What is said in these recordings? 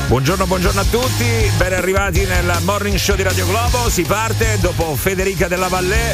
Buongiorno a tutti, ben arrivati nel Morning Show di Radio Globo. Si parte dopo Federica Della Vallée,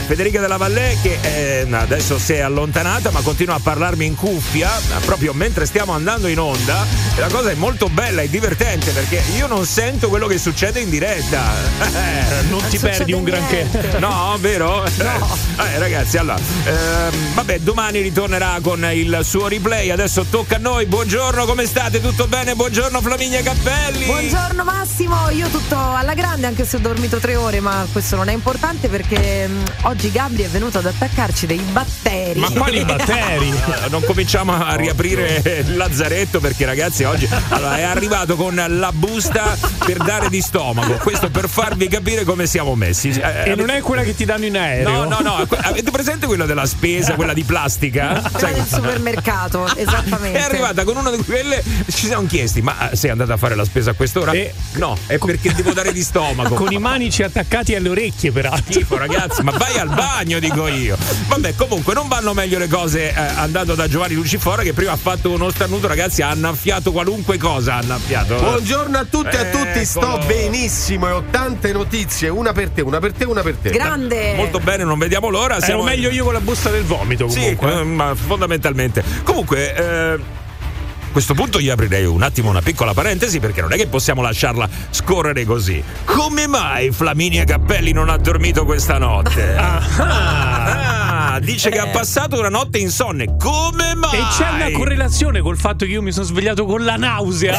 che adesso si è allontanata ma continua a parlarmi in cuffia proprio mentre stiamo andando in onda. E la cosa è molto bella e divertente perché io non sento quello che succede in diretta. Non ti perdi un granché. No, vero? No. Ragazzi, allora vabbè, domani ritornerà con il suo replay. Adesso tocca a noi. Buongiorno, come state? Tutto bene? Buongiorno Flaminia Cappelli. Buongiorno Massimo, io tutto alla grande, anche se ho dormito 3 ore, ma questo non è importante perché oggi Gabri è venuto ad attaccarci dei batteri. Ma quali batteri? Non cominciamo a riaprire il lazzaretto perché ragazzi oggi è arrivato con la busta per dare di stomaco. Questo per farvi capire come siamo messi. E non è quella che ti danno in aereo? No. Avete presente quella della spesa, quella di plastica? Quella del supermercato, esattamente. È arrivata con una di quelle. Ci siamo chiesti, ma sei andata a fare la spesa a quest'ora? No, è perché devo dare di stomaco. Con i manici attaccati alle orecchie, peraltro. Schifo, ragazzi, ma vai al bagno, dico io. Vabbè, comunque non vanno meglio le cose andando da Giovanni Lucifora, che prima ha fatto uno starnuto, ragazzi, ha annaffiato qualunque cosa. Buongiorno a tutti e a tutti, sto benissimo e ho tante notizie, una per te. Grande. Molto bene, non vediamo l'ora. Siamo meglio io con la busta del vomito, comunque. Sì, ma fondamentalmente. Comunque, a questo punto io aprirei un attimo una piccola parentesi perché non è che possiamo lasciarla scorrere così. Come mai Flaminia Cappelli non ha dormito questa notte? Dice che ha passato una notte insonne. Come mai? E c'è una correlazione col fatto che io mi sono svegliato con la nausea.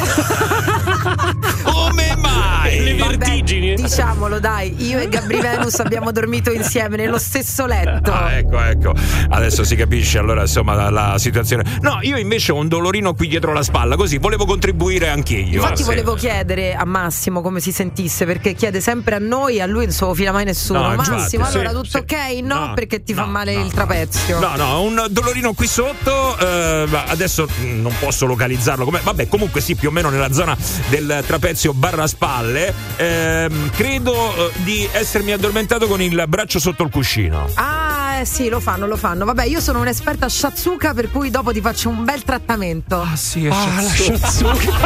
Come mai? Le vertigini. Vabbè, diciamolo, dai, io e Gabri Venus abbiamo dormito insieme nello stesso letto. Ecco. Adesso si capisce allora insomma la situazione. No, io invece ho un dolorino qui dietro la spalla, così volevo contribuire anche io. Infatti volevo chiedere a Massimo come si sentisse, perché chiede sempre a noi, a lui non se lo fila mai nessuno. No, Massimo, infatti, allora tutto ok? No, perché ti fa male il trapezio. No, un dolorino qui sotto, adesso non posso localizzarlo come. Vabbè, comunque sì, più o meno nella zona del trapezio barra spalle. Credo di essermi addormentato con il braccio sotto il cuscino. Sì, lo fanno. Vabbè, io sono un'esperta Shatsuka, per cui dopo ti faccio un bel trattamento. Sì, la Shatsuka.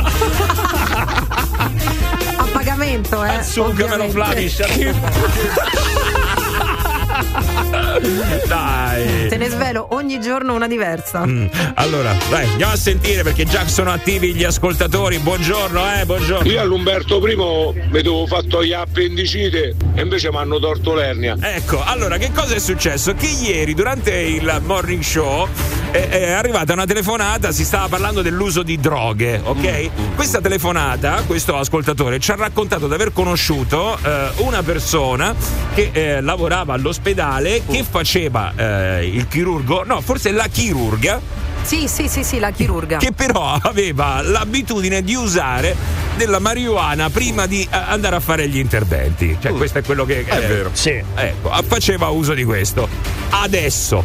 A pagamento, Shatsuka me lo Dai. Te ne svelo ogni giorno una diversa. Allora, dai, andiamo a sentire perché già sono attivi gli ascoltatori. Buongiorno. Io all'Umberto I mi dovevo fatto gli appendicite e invece mi hanno torto l'ernia. Ecco, allora che cosa è successo? Che ieri durante il morning show è arrivata una telefonata, si stava parlando dell'uso di droghe, ok? Questa telefonata, questo ascoltatore ci ha raccontato di aver conosciuto una persona che lavorava all'ospedale, che faceva il chirurgo, no, forse la chirurga. Sì, la chirurga. Che però aveva l'abitudine di usare della marijuana prima di andare a fare gli interventi. Cioè, questo è quello che è vero. Sì. Ecco, faceva uso di questo. Adesso,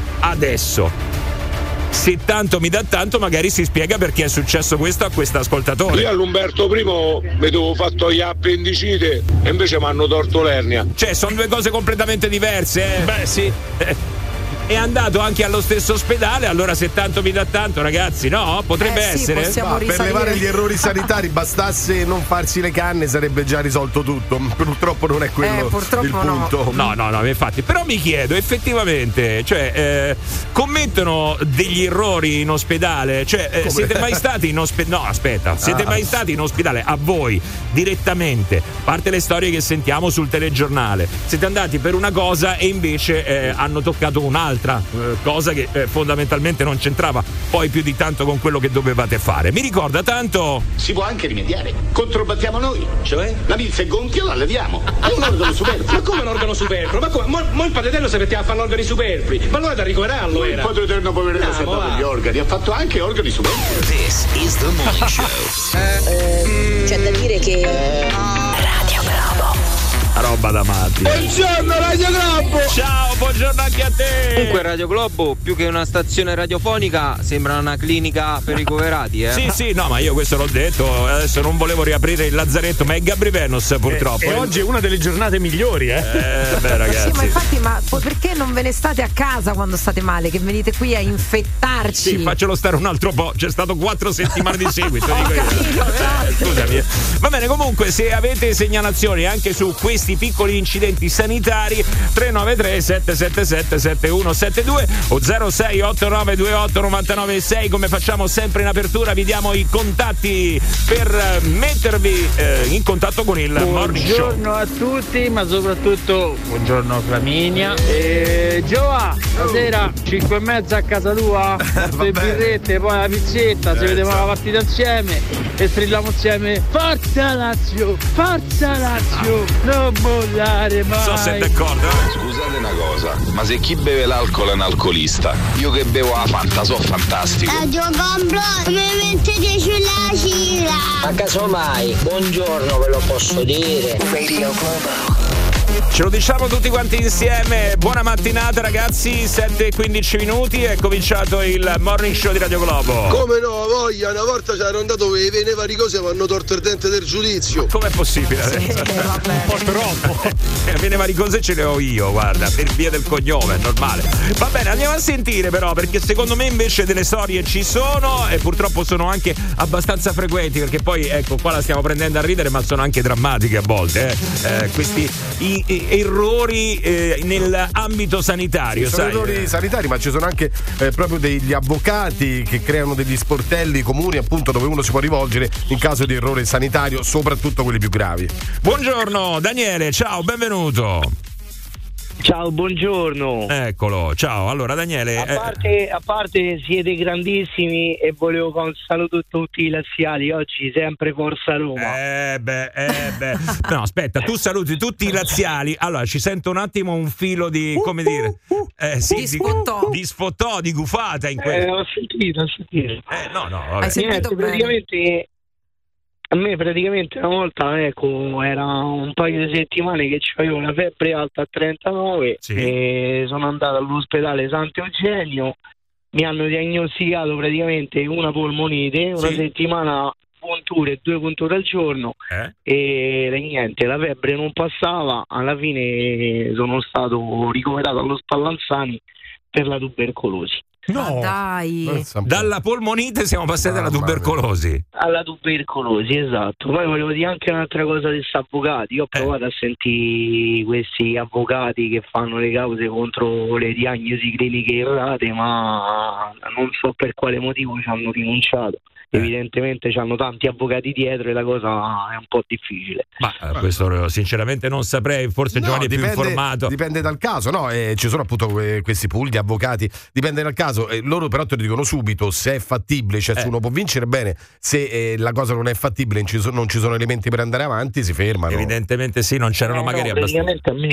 se tanto mi dà tanto, magari si spiega perché è successo questo a questo ascoltatore. Io all'Umberto I mi dovevo fatto gli appendicite e invece mi hanno torto l'ernia. Cioè, sono due cose completamente diverse, Beh, sì. È andato anche allo stesso ospedale, allora se tanto mi dà tanto, ragazzi, no? Potrebbe essere. Per levare gli errori sanitari bastasse non farsi le canne, sarebbe già risolto tutto. Purtroppo non è quello il punto. No, infatti. Però mi chiedo, effettivamente, cioè, commettono degli errori in ospedale? Cioè, siete mai stati in ospedale? No, aspetta, siete mai stati in ospedale a voi, direttamente, a parte le storie che sentiamo sul telegiornale, siete andati per una cosa e invece hanno toccato un'altra cosa che fondamentalmente non c'entrava poi più di tanto con quello che dovevate fare. Mi ricorda tanto. Si può anche rimediare, controbattiamo noi, cioè la milza è gonfia, la leviamo, è un organo superfluo. Ma come un organo superfluo? Ma come? Mo il Padre Eterno si metteva a fare organi superflui, ma allora da ricoverarlo era. Il Padre Eterno poverino si è dato gli organi, ha fatto anche organi superflui. This is the morning show. C'è da dire che Allora, roba da matti. Buongiorno Radio Globo. Ciao, buongiorno anche a te. Comunque Radio Globo, più che una stazione radiofonica, sembra una clinica per ricoverati, Sì, no, ma io questo l'ho detto, adesso non volevo riaprire il lazzaretto, ma è Gabri Venus purtroppo. E oggi è una delle giornate migliori, beh, ragazzi. Sì, ma infatti, perché non ve ne state a casa quando state male? Che venite qui a infettarci? Sì, faccelo stare un altro po', c'è stato 4 settimane di seguito, dico io. Scusami. Va bene, comunque, se avete segnalazioni anche su questi piccoli incidenti sanitari, 393 777 7172 o 0689289996, come facciamo sempre in apertura, vi diamo i contatti per mettervi in contatto con il Morning Show. Buongiorno a tutti, ma soprattutto buongiorno Flaminia. Gioa, stasera 5:30 a casa tua, le birrette, poi la pizzetta, ci vediamo la partita insieme e strilliamo insieme. Forza Lazio, non mollare mai. So se è d'accordo. Scusate una cosa, ma se chi beve l'alcol è un alcolista, io che bevo la Fanta so fantastico. Radio Compro, mi mettete sulla cila. Ma casomai, buongiorno ve lo posso dire. Radio Globo. Ce lo diciamo tutti quanti insieme. Buona mattinata ragazzi, 7:15 è cominciato il Morning Show di Radio Globo. Come no, voglia, una volta c'era andato dove i Varicose mi hanno torto il dente del giudizio. Com'è possibile? Un po' troppo. Le varicose ce le ho io, guarda, per via del cognome, è normale. Va bene, andiamo a sentire però, perché secondo me invece delle storie ci sono e purtroppo sono anche abbastanza frequenti, perché poi ecco qua la stiamo prendendo a ridere, ma sono anche drammatiche a volte, questi errori nell'ambito sanitario. Sono sai? errori sanitari, ma ci sono anche proprio degli avvocati che creano degli sportelli comuni, appunto, dove uno si può rivolgere in caso di errore sanitario, soprattutto quelli più gravi. Buongiorno Daniele, ciao, benvenuto. Ciao, buongiorno. Eccolo, ciao. Allora Daniele, a parte siete grandissimi e volevo un saluto a tutti i laziali. Oggi sempre Forza Roma. No, aspetta, tu saluti tutti i laziali. Allora, ci sento un attimo un filo di, come dire, di sfottò, di gufata in questo. Ho sentito. No, vabbè. Hai sentito bene? A me praticamente una volta, era un paio di settimane che avevo la febbre alta a 39, sì. E sono andato all'ospedale Sant'Eugenio, mi hanno diagnosticato praticamente una polmonite, una settimana punture, 2 punture al giorno, e niente, la febbre non passava, alla fine sono stato ricoverato allo Spallanzani per la tubercolosi. No, dai. Dalla polmonite siamo passati alla tubercolosi. Alla tubercolosi, esatto. Poi volevo dire anche un'altra cosa di questi avvocati. Io ho provato a sentire questi avvocati che fanno le cause contro le diagnosi cliniche errate, ma non so per quale motivo ci hanno rinunciato. Evidentemente c'hanno tanti avvocati dietro e la cosa è un po' difficile. Ma questo sinceramente non saprei, forse Giovanni è più informato. Dipende dal caso, no? Ci sono appunto questi pool di avvocati, dipende dal caso. Loro però te lo dicono subito se è fattibile, cioè se uno può vincere bene, se la cosa non è fattibile, non ci sono elementi per andare avanti, si fermano. Evidentemente sì, non c'erano magari abbastanza.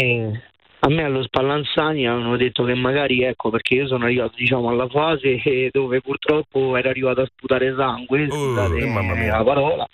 A me allo Spallanzani hanno detto che magari, perché io sono arrivato alla fase dove purtroppo era arrivato a sputare sangue, scusate la parola,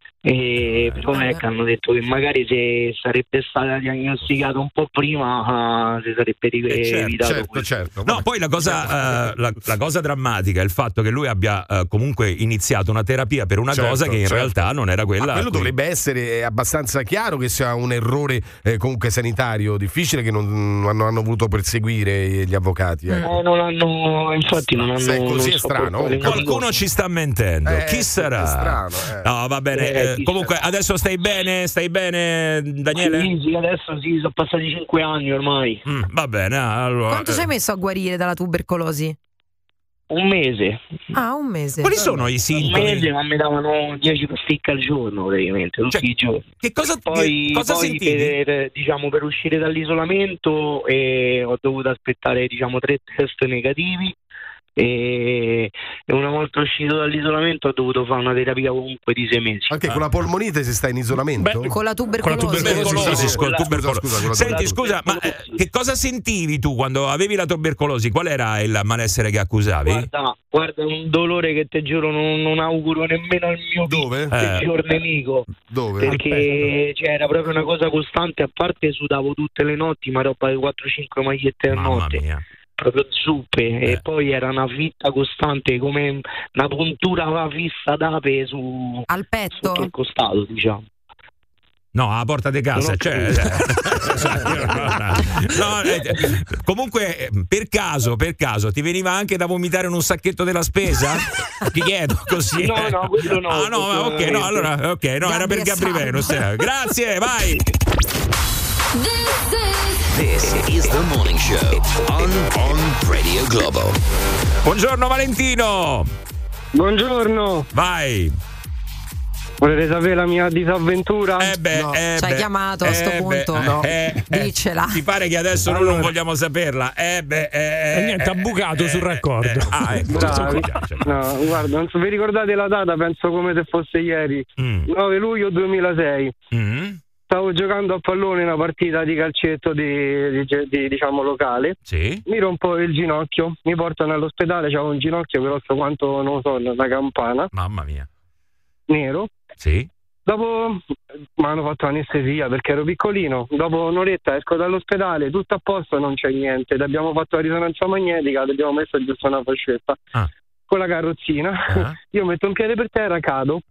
però hanno detto che magari se sarebbe stata diagnosticata un po' prima si sarebbe evitato certo. No, poi la cosa drammatica è il fatto che lui abbia comunque iniziato una terapia per una cosa che in realtà non era quella. Ma quello dovrebbe essere abbastanza chiaro che sia un errore comunque sanitario difficile, che non hanno voluto perseguire gli avvocati. Non hanno, infatti non hanno. Così è strano. Qualcuno ci sta mentendo. Chi sarà? Strano, No, va bene. Comunque adesso stai bene, Daniele? Sì, adesso sono passati 5 anni ormai. Va bene, allora. Quanto ci hai messo a guarire dalla tubercolosi? Un mese. Un mese. Quali sono i sintomi? Un mese, ma mi davano 10 pasticche al giorno praticamente, tutti i giorni. Che cosa sentivi? Per uscire dall'isolamento ho dovuto aspettare 3 test negativi e una volta uscito dall'isolamento ho dovuto fare una terapia comunque di 6 mesi. Anche con la polmonite si sta in isolamento? Con la tubercolosi. Senti, scusa, ma che cosa sentivi tu quando avevi la tubercolosi? Qual era il malessere che accusavi? Guarda, un dolore che te giuro non auguro nemmeno al mio peggior nemico. Dove? Perché era proprio una cosa costante, a parte sudavo tutte le notti, ma roba di 4-5 magliette a notte. Mia. Proprio zuppe, e poi era una fitta costante, come una puntura fissa d'ape al petto, al costato, diciamo. No, alla porta di casa, comunque per caso ti veniva anche da vomitare in un sacchetto della spesa? Ti chiedo così. No, quello no. Era per Gabri Venus. Grazie, vai. This is the morning show on Radio Globo. Buongiorno Valentino. Buongiorno. Vai. Volete sapere la mia disavventura? Ci hai chiamato a sto punto? Diccela. Ti pare che adesso noi non vogliamo saperla? Niente, ha bucato sul raccordo. No, guarda, non so, vi ricordate la data? Penso come se fosse ieri. 9 luglio 2006. Stavo giocando a pallone una partita di calcetto diciamo locale. Sì. Mi rompo il ginocchio, mi portano all'ospedale, c'avevo un ginocchio grosso quanto, non so, una campana. Mamma mia. Nero. Sì. Dopo mi hanno fatto anestesia perché ero piccolino. Dopo un'oretta esco dall'ospedale, tutto a posto, non c'è niente. Abbiamo fatto la risonanza magnetica, abbiamo messo giusto una fascetta con la carrozzina. Io metto un piede per terra, cado.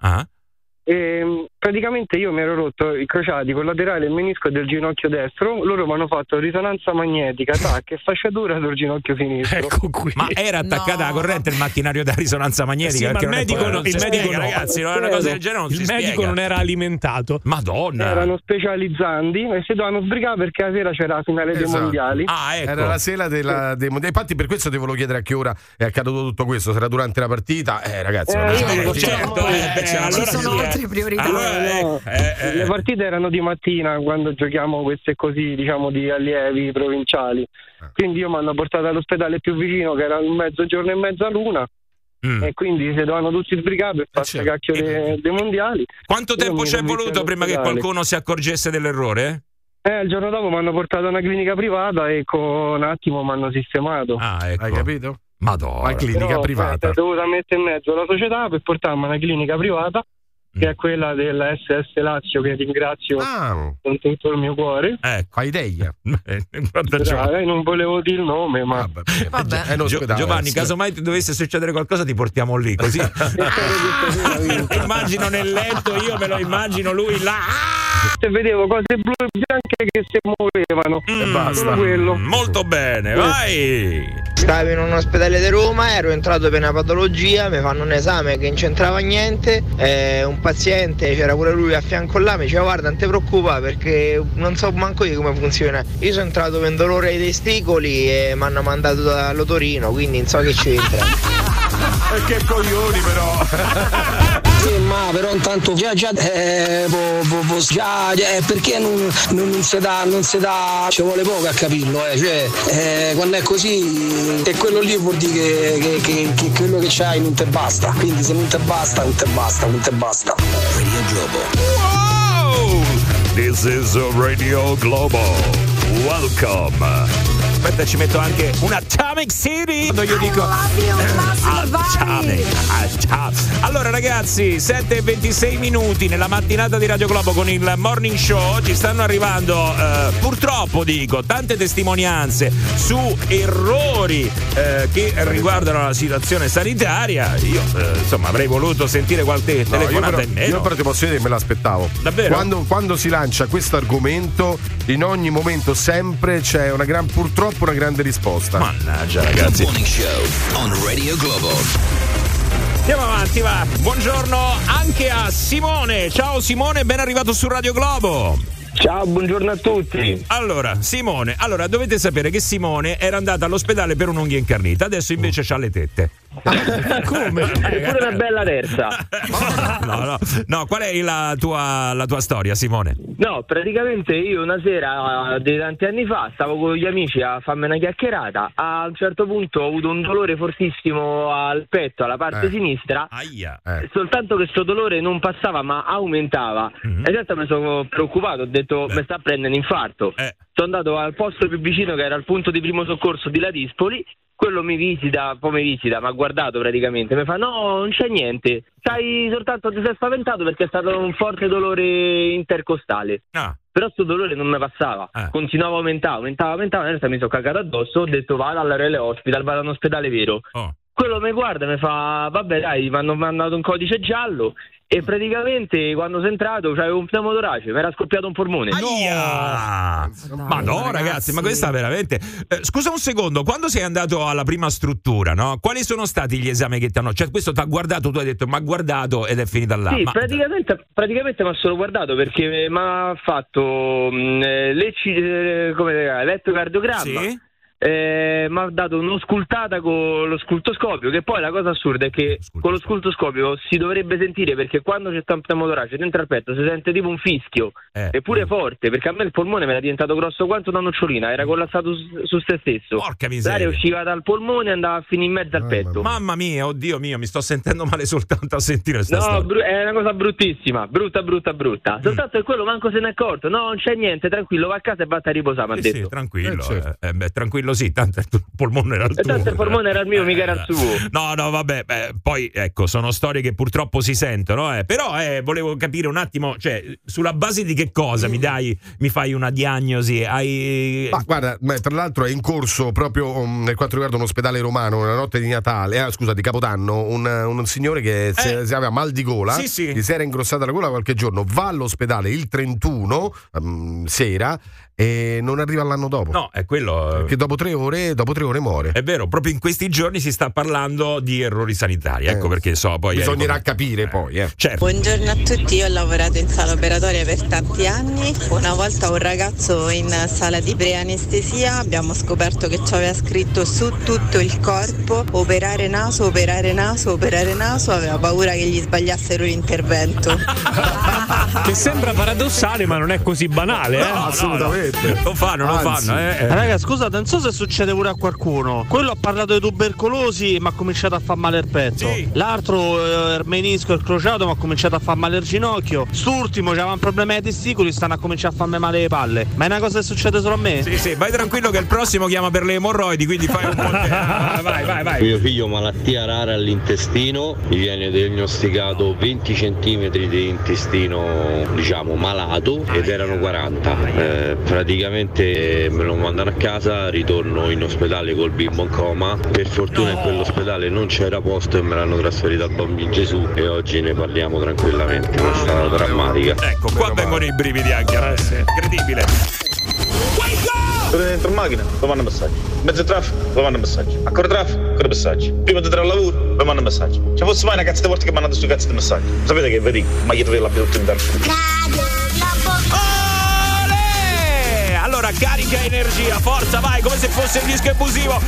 E praticamente io mi ero rotto i crociati collaterali e il menisco del ginocchio destro. Loro mi hanno fatto risonanza magnetica, e fasciatura sul ginocchio sinistro. Ecco qui. Ma era attaccata alla corrente il macchinario da risonanza magnetica? Sì, ma il medico ragazzi, una cosa del genere non si spiega. Il medico non era alimentato. Madonna. Erano specializzanti e si dovevano sbrigare perché la sera c'era la finale dei mondiali. Ecco. Era la sera dei mondiali. Infatti per questo ti volevo chiedere a che ora è accaduto tutto questo. Sarà durante la partita? Ragazzi, ci sono altre priorità. Le partite erano di mattina quando giochiamo queste così, diciamo, di allievi provinciali. Quindi io mi hanno portato all'ospedale più vicino, che era un mezzogiorno e mezza l'una. E quindi si dovevano tutti sbrigare per fare cacchio dei mondiali. Quanto tempo ci è voluto prima che qualcuno si accorgesse dell'errore? Il giorno dopo mi hanno portato a una clinica privata e con un attimo mi hanno sistemato. Ecco. Hai capito? Madonna. La clinica privata. Ho dovuto mettere in mezzo la società per portarmi a una clinica privata, che è quella della SS Lazio, che ringrazio con tutto il mio cuore. Ecco, hai idea? Non volevo dire il nome, ma è un ospedale. Giovanni, casomai ti dovesse succedere qualcosa ti portiamo lì, così. Immagino nel letto, io me lo immagino lui là. Vedevo cose blu e bianche che si muovevano e basta. Quello. Molto bene, vai. Stavo in un ospedale di Roma, ero entrato per una patologia, mi fanno un esame che non c'entrava niente, un paziente, c'era pure lui a fianco là, mi diceva guarda non ti preoccupare perché non so manco io come funziona. Io sono entrato per un dolore ai testicoli e mi hanno mandato dall'otorino, quindi non so che c'entra. E che coglioni però. Sì, ma però intanto già perché non si dà, ci vuole poco a capirlo, quando è così è quello lì, vuol dire che quello che c'hai non te basta, quindi se non te basta non te basta. Radio Globo. Wow! This is Radio Globo. Welcome. Aspetta, ci metto anche un Atomic City. Quando io dico Atomic. Allora ragazzi, 7:26 nella mattinata di Radio Globo con il Morning Show. Ci stanno arrivando purtroppo dico tante testimonianze su errori che riguardano la situazione sanitaria. Io insomma avrei voluto sentire qualche telefonata in meno. Io però ti posso dire che me l'aspettavo. Davvero? Quando si lancia questo argomento, in ogni momento sempre c'è una grande risposta. Mannaggia ragazzi. Morning Show on Radio Globo. Andiamo avanti, va. Buongiorno anche a Simone. Ciao Simone, ben arrivato su Radio Globo. Ciao, buongiorno a tutti. Allora, Simone, dovete sapere che Simone era andato all'ospedale per un'unghia incarnita, adesso invece c'ha le tette. Come? E pure una bella terza. No, qual è la tua storia, Simone? No, praticamente io una sera di tanti anni fa stavo con gli amici a farmi una chiacchierata. A un certo punto ho avuto un dolore fortissimo al petto, alla parte sinistra. Soltanto che questo dolore non passava ma aumentava. E in realtà mi sono preoccupato, ho detto mi sta prendendo infarto. Sono andato al posto più vicino, che era il punto di primo soccorso di Ladispoli. Quello mi visita, mi ha guardato praticamente, mi fa no, non c'è niente, soltanto ti sei spaventato perché è stato un forte dolore intercostale. Però sto dolore non mi passava, continuava a aumentare, in realtà mi sono cagato addosso, ho detto vado all'Arele Hospital, vado a un ospedale vero. Quello mi guarda e mi fa vabbè dai, mi hanno mandato un codice giallo. E praticamente quando sono entrato c'avevo un pneumotorace, mi era scoppiato un polmone. Ma no, ragazzi, ma questa veramente. Scusa un secondo, quando sei andato alla prima struttura, no? Quali sono stati gli esami che ti hanno? Cioè, questo ti ha guardato, tu hai detto, ma ha guardato ed è finita là. Sì, praticamente mi ha solo guardato perché mi ha fatto l'elettrocardiogramma. Sì? Mi ha dato un'auscultata con lo scultoscopio, che poi la cosa assurda è che con lo scultoscopio si dovrebbe sentire, perché quando c'è un pneumotorace dentro al petto si sente tipo un fischio, eppure forte, perché a me il polmone mi era diventato grosso quanto una nocciolina, era collassato su se stesso. Porca miseria. L'aria usciva dal polmone e andava a finire in mezzo al petto. Mamma mia, oddio mio, mi sto sentendo male soltanto a sentire sta storia. È una cosa bruttissima, brutta. Soltanto che quello manco se ne è accorto. No, non c'è niente, tranquillo, va a casa e vatti a riposare, mi ha detto. Sì, tranquillo, tranquillo. Sì, tanto il polmone era il tuo. Tanto il polmone era il mio, mica era il suo. No, vabbè, poi ecco, sono storie che purtroppo si sentono, però volevo capire un attimo, cioè, sulla base di che cosa mi fai una diagnosi? Ma guarda, tra l'altro è in corso proprio nel quanto riguarda un ospedale romano, nella notte di Natale, di Capodanno, un signore che si aveva mal di gola, gli si era ingrossata la gola qualche giorno, va all'ospedale il 31 sera e non arriva l'anno dopo. No, è quello. Perché dopo tre ore muore. È vero, proprio in questi giorni si sta parlando di errori sanitari. Ecco perché poi bisognerà capire poi. Certo. Buongiorno a tutti, io ho lavorato in sala operatoria per tanti anni. Una volta un ragazzo in sala di preanestesia, abbiamo scoperto che ci aveva scritto su tutto il corpo operare naso, aveva paura che gli sbagliassero l'intervento. Che sembra paradossale, ma non è così banale. No, assolutamente. Lo fanno. Raga, scusate, non so se succede pure a qualcuno. Quello ha parlato di tubercolosi e mi ha cominciato a far male il petto. L'altro il menisco, il crociato, mi ha cominciato a far male il ginocchio. St'ultimo c'aveva un problema ai testicoli, stanno a cominciare a farmi male le palle. Ma è una cosa che succede solo a me? Sì, vai tranquillo che il prossimo chiama per le emorroidi, quindi fai un po' vai. Mio figlio malattia rara all'intestino, gli viene diagnosticato 20 centimetri di intestino, diciamo, malato, ed erano 40. Praticamente me lo mandano a casa, ritorno in ospedale col bimbo in coma. Per fortuna in quell'ospedale non c'era posto e me l'hanno trasferito al Bambino Gesù e oggi ne parliamo tranquillamente. È una stata drammatica. Ecco, qua vengono i brividi anche a me. Incredibile. Sono dentro in macchina, lo vanno a messaggio. In mezzo al traffico, lo vanno a messaggio. Ancora traffico, ancora messaggio. Prima di andare al lavoro, lo vanno a messaggio. Se fosse mai una cazzo di volta che mi hanno dato sto cazzo di messaggio. Sapete che vedi? Ma io dovevo l'abbiamo tutto in tempo. Allora carica energia, forza, vai, come se fosse il disco ebusivo.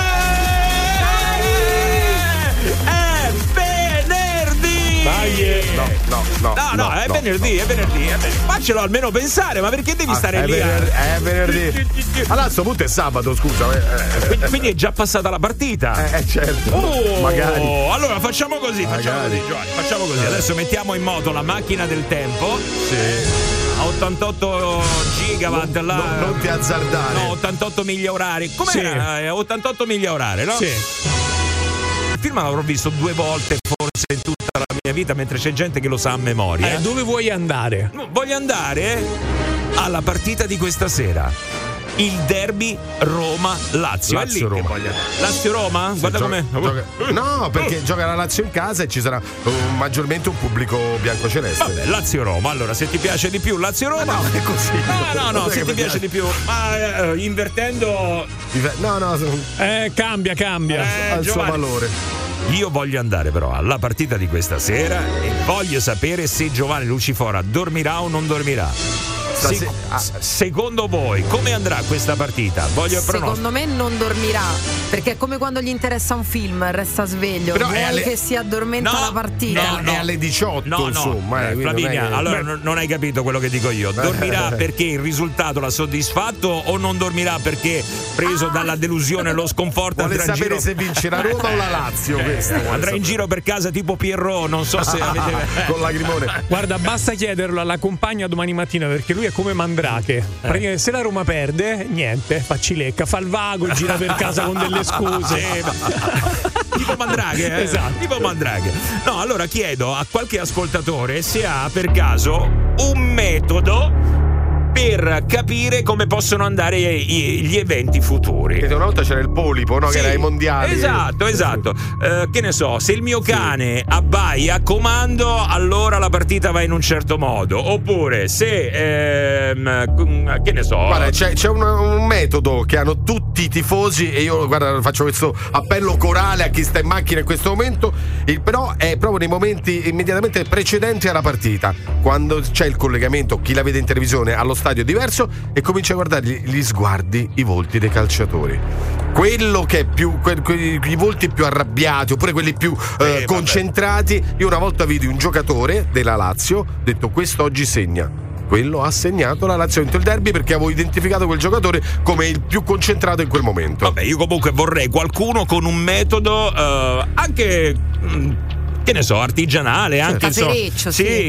È venerdì! No, è venerdì. Faccelo almeno pensare, ma perché devi stare lì? È venerdì. Allora a questo punto è sabato, scusa. Quindi è già passata la partita. Certo. Magari. Allora facciamo così, Giovanni. Facciamo così. Adesso mettiamo in moto la macchina del tempo. A 88 gigawatt là. Non ti azzardare. No, 88 miglia orari. Com'era? 88 miglia orari, no? Sì. Il film l'avrò visto 2 volte forse in tutta la mia vita, mentre c'è gente che lo sa a memoria. Dove vuoi andare? Voglio andare alla partita di questa sera. Il derby Roma-Lazio. Lazio-Roma? Guarda com'è. No, perché gioca la Lazio in casa e ci sarà maggiormente un pubblico biancoceleste. Vabbè, Lazio-Roma. Allora, se ti piace di più Lazio-Roma. No, è così. No, se ti piace di più. Ma invertendo. No. Cambia. Al suo valore. Io voglio andare però alla partita di questa sera e voglio sapere se Giovanni Lucifora dormirà o non dormirà. secondo voi come andrà questa partita? Voglio il pronostico. Secondo me non dormirà, perché è come quando gli interessa un film, resta sveglio. Però vuoi che si addormenta la partita. È alle 18, insomma. Flaminia, allora non hai capito quello che dico io. Dormirà perché il risultato l'ha soddisfatto o non dormirà perché preso dalla delusione lo sconforta? Vuole sapere se vince la Roma o la Lazio. Andrà in giro per casa tipo Pierrot, non so se avete con lagrimone. Guarda, basta chiederlo alla compagna domani mattina, perché lui è come Mandrake. Praticamente se la Roma perde, niente, fa cilecca, fa il vago, gira per casa con delle scuse. Tipo Mandrake, Esatto. Tipo Mandrake. No, allora chiedo a qualche ascoltatore se ha per caso un metodo per capire come possono andare gli eventi futuri. Perché una volta c'era il polipo, no? Che era ai mondiali. Esatto. Che ne so, se il mio cane abbaia a comando, allora la partita va in un certo modo. Oppure se che ne so. Guarda, c'è un metodo che hanno tutti i tifosi, e io faccio questo appello corale a chi sta in macchina in questo momento. Però è proprio nei momenti immediatamente precedenti alla partita, quando c'è il collegamento, chi la vede in televisione allo stadio diverso, e comincia a guardare gli sguardi, i volti dei calciatori. Quello che è più i volti più arrabbiati, oppure quelli più concentrati. Io una volta vidi un giocatore della Lazio, ho detto questo oggi segna. Quello ha segnato, la Lazio ha vinto il derby perché avevo identificato quel giocatore come il più concentrato in quel momento. Vabbè, io comunque vorrei qualcuno con un metodo anche che ne so, artigianale, anche casereccio,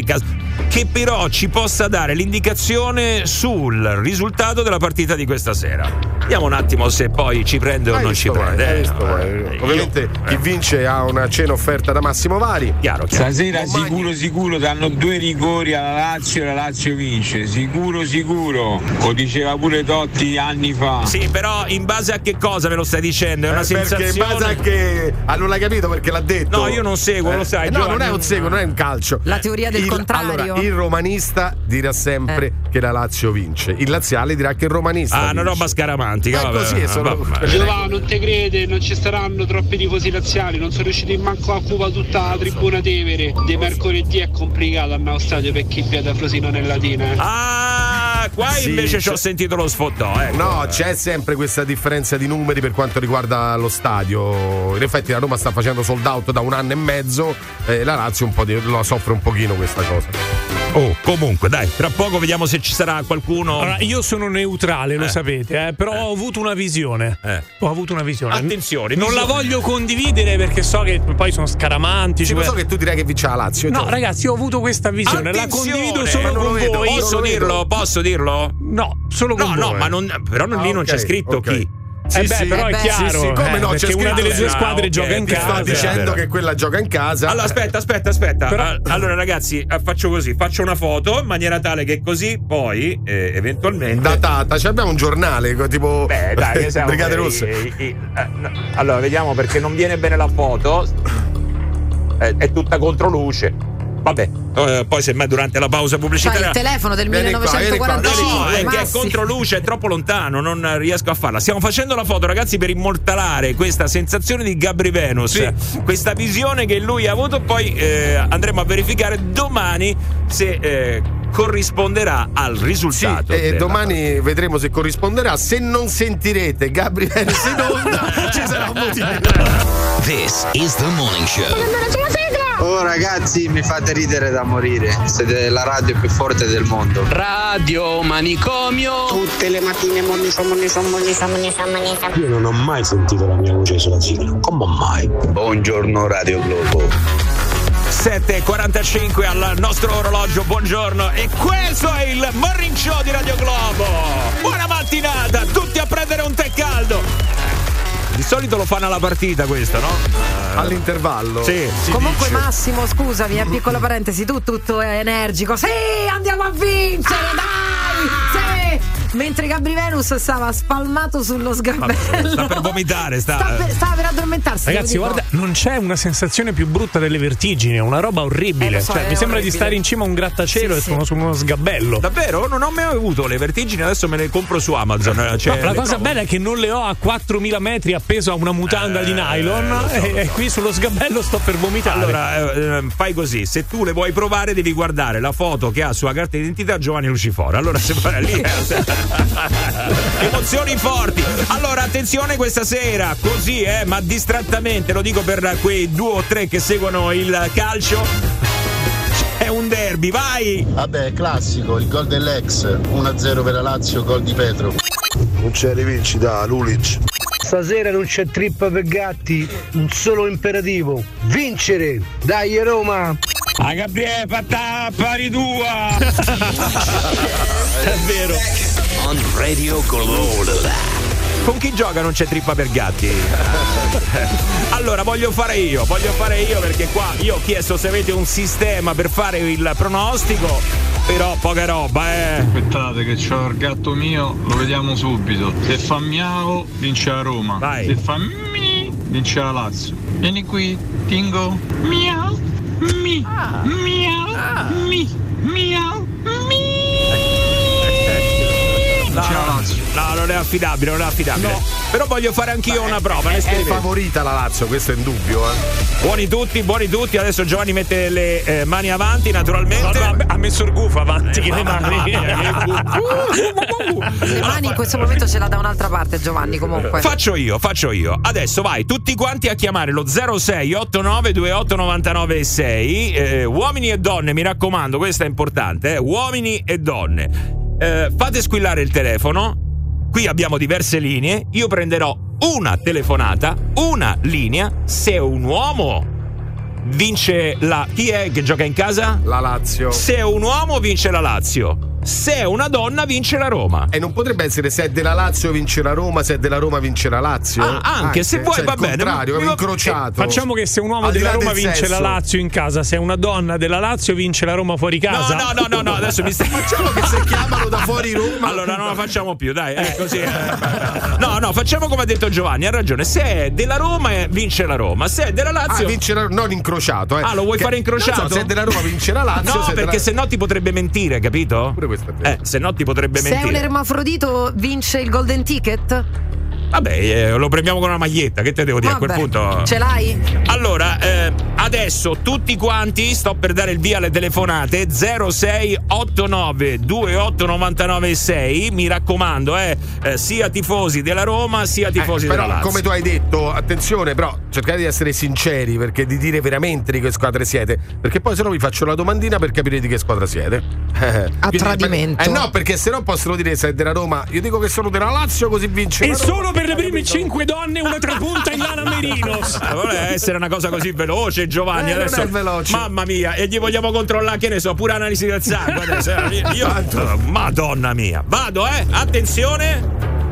che però ci possa dare l'indicazione sul risultato della partita di questa sera. Vediamo un attimo se poi ci prende o non ci prende. Ovviamente chi vince ha una cena offerta da Massimo Vari. Chiaro. Stasera sicuro danno 2 rigori alla Lazio e la Lazio vince. Sicuro. Lo diceva pure Totti anni fa. Sì, però in base a che cosa me lo stai dicendo? È una sensazione. Perché in base a che. Non l'hai capito perché l'ha detto. No, io non seguo, lo sai. No, non è un seguo, non è un calcio. La teoria del contrario. Allora, il romanista dirà sempre che la Lazio vince. Il laziale dirà che il romanista vince. Una roba scaramantica. Così è solo. Giovanni, non te crede, non ci saranno troppi tifosi laziali, non sono riusciti manco a occupare tutta la tribuna Tevere. Di mercoledì è complicato andare allo stadio per chi vede Frosinone e Latina. Qua invece ci ho sentito lo sfottò. No, c'è sempre questa differenza di numeri per quanto riguarda lo stadio. In effetti la Roma sta facendo sold out da 1 anno e mezzo, la Lazio lo soffre un pochino questa cosa. Comunque dai, tra poco vediamo se ci sarà qualcuno. Allora, io sono neutrale, lo sapete, però ho avuto una visione. Ho avuto una visione. Attenzione, non la voglio condividere perché so che poi sono scaramantici. Lo so che tu direi che vince la Lazio. No, ragazzi, ho avuto questa visione. La condivido solo con voi. Posso dirlo? No, solo con voi. No, ma però lì non c'è scritto chi. Però è chiaro. Come no, perché una delle due squadre gioca in casa. Sto dicendo che quella gioca in casa. Allora aspetta. Però. Allora ragazzi, faccio così, faccio una foto in maniera tale che così poi eventualmente datata, abbiamo un giornale tipo dai, Brigate Rosse. Allora vediamo, perché non viene bene la foto. È tutta contro luce. Vabbè, poi semmai durante la pausa pubblicitaria. Il telefono del 1945. No, è che è contro luce, è troppo lontano, non riesco a farla. Stiamo facendo la foto, ragazzi, per immortalare questa sensazione di Gabri Venus, questa visione che lui ha avuto. Poi andremo a verificare domani se corrisponderà al risultato. Domani vedremo se corrisponderà. Se non sentirete Gabri Venus in onda, ci sarà un motivo. This is the morning show. Oh ragazzi, mi fate ridere da morire. Siete la radio più forte del mondo. Radio Manicomio. Tutte le mattine Monisa. Io non ho mai sentito la mia voce sulla sigla. Come mai? Buongiorno Radio Globo. 7:45 al nostro orologio, buongiorno, e questo è il Morning Show di Radio Globo. Buona mattinata, tutti a prendere un tè caldo. Di solito lo fanno alla partita questo, no? All'intervallo. Sì. Comunque dice. Massimo, scusami, piccola parentesi, tu tutto è energico. Sì, andiamo a vincere, dai! Sì! mentre Gabri Venus stava spalmato sullo sgabello. Sta per vomitare, stava per addormentarsi. Ragazzi, guarda, non c'è una sensazione più brutta delle vertigini, è una roba orribile. So, mi sembra orribile. di stare in cima a un grattacielo e sono su uno sgabello. Davvero? Non ho mai avuto le vertigini, adesso me le compro su Amazon. La cosa bella è che non le ho a 4.000 metri appeso a una mutanda di nylon e qui sullo sgabello sto per vomitare. Allora, fai così, se tu le vuoi provare devi guardare la foto che ha sulla carta d'identità Giovanni Lucifora. Allora se vai lì emozioni forti. Allora attenzione questa sera, così ma distrattamente, lo dico per quei 2 o 3 che seguono il calcio. È un derby, vai! Vabbè, classico, il gol dell'ex, 1-0 per la Lazio, gol di Petro. Non c'è rivincita, Lulic. Stasera non c'è trippa per gatti, un solo imperativo: vincere! Dai Roma! A Gabriele, fatta pari tua! È vero. On Radio Glow. Con chi gioca non c'è trippa per gatti? Allora voglio fare io perché qua io ho chiesto se avete un sistema per fare il pronostico, però poca roba. Aspettate che c'ho il gatto mio, lo vediamo subito. Se fa miau vince la Roma. Vai. Se fa mi vince la Lazio. Vieni qui, Tingo. Miau mi miau mi miau mi. No, non è affidabile. No. Però voglio fare anch'io una prova. È favorita la Lazio, questo è indubbio. Buoni tutti. Adesso Giovanni mette le mani avanti, naturalmente. No, ha messo il gufo avanti che le mani. Le mani in questo momento ce l'ha da un'altra parte Giovanni, comunque. Faccio io. Adesso vai tutti quanti a chiamare lo 0689289996. Uomini e donne, mi raccomando, questo è importante, uomini e donne. Fate squillare il telefono. Qui abbiamo diverse linee. Io prenderò una telefonata, una linea. Se è un uomo vince la... Chi è che gioca in casa? La Lazio. Se è un uomo vince la Lazio. Se è una donna vince la Roma. E non potrebbe essere se è della Lazio vince la Roma, se è della Roma vince la Lazio? Anche se vuoi, va bene. Contrario, è incrociato. Facciamo che se un uomo della Roma vince la Lazio in casa, se è una donna della Lazio vince la Roma fuori casa. No, adesso mi stai... Facciamo che se chiamano da fuori Roma. Allora non la facciamo più, dai, così. No, facciamo come ha detto Giovanni, ha ragione. Se è della Roma vince la Roma, se è della Lazio vince la... non incrociato. Lo vuoi fare incrociato? Non so, se è della Roma vince la Lazio. No, perché se no ti potrebbe mentire, capito? Pure questo è vero. Se no ti potrebbe mentire. Se è un ermafrodito vince il golden ticket? Vabbè, lo premiamo con una maglietta, che te devo dire? Vabbè, a quel punto ce l'hai? Allora, adesso tutti quanti sto per dare il via alle telefonate 0689 289996. Mi raccomando, sia tifosi della Roma sia tifosi della Lazio. Come tu hai detto, attenzione, però cercate di essere sinceri, perché di dire veramente di che squadre siete, perché poi se no vi faccio la domandina per capire di che squadra siete. A tradimento. No, perché se no possono dire se è della Roma, io dico che sono della Lazio, così vince e la Roma. solo per le prime 5 donne una trapunta in lana merinos. Vuole essere una cosa così veloce, Giovanni, adesso non è veloce. Mamma mia, e gli vogliamo controllare, che ne so, pure analisi del sangue adesso. Madonna mia. Vado, attenzione.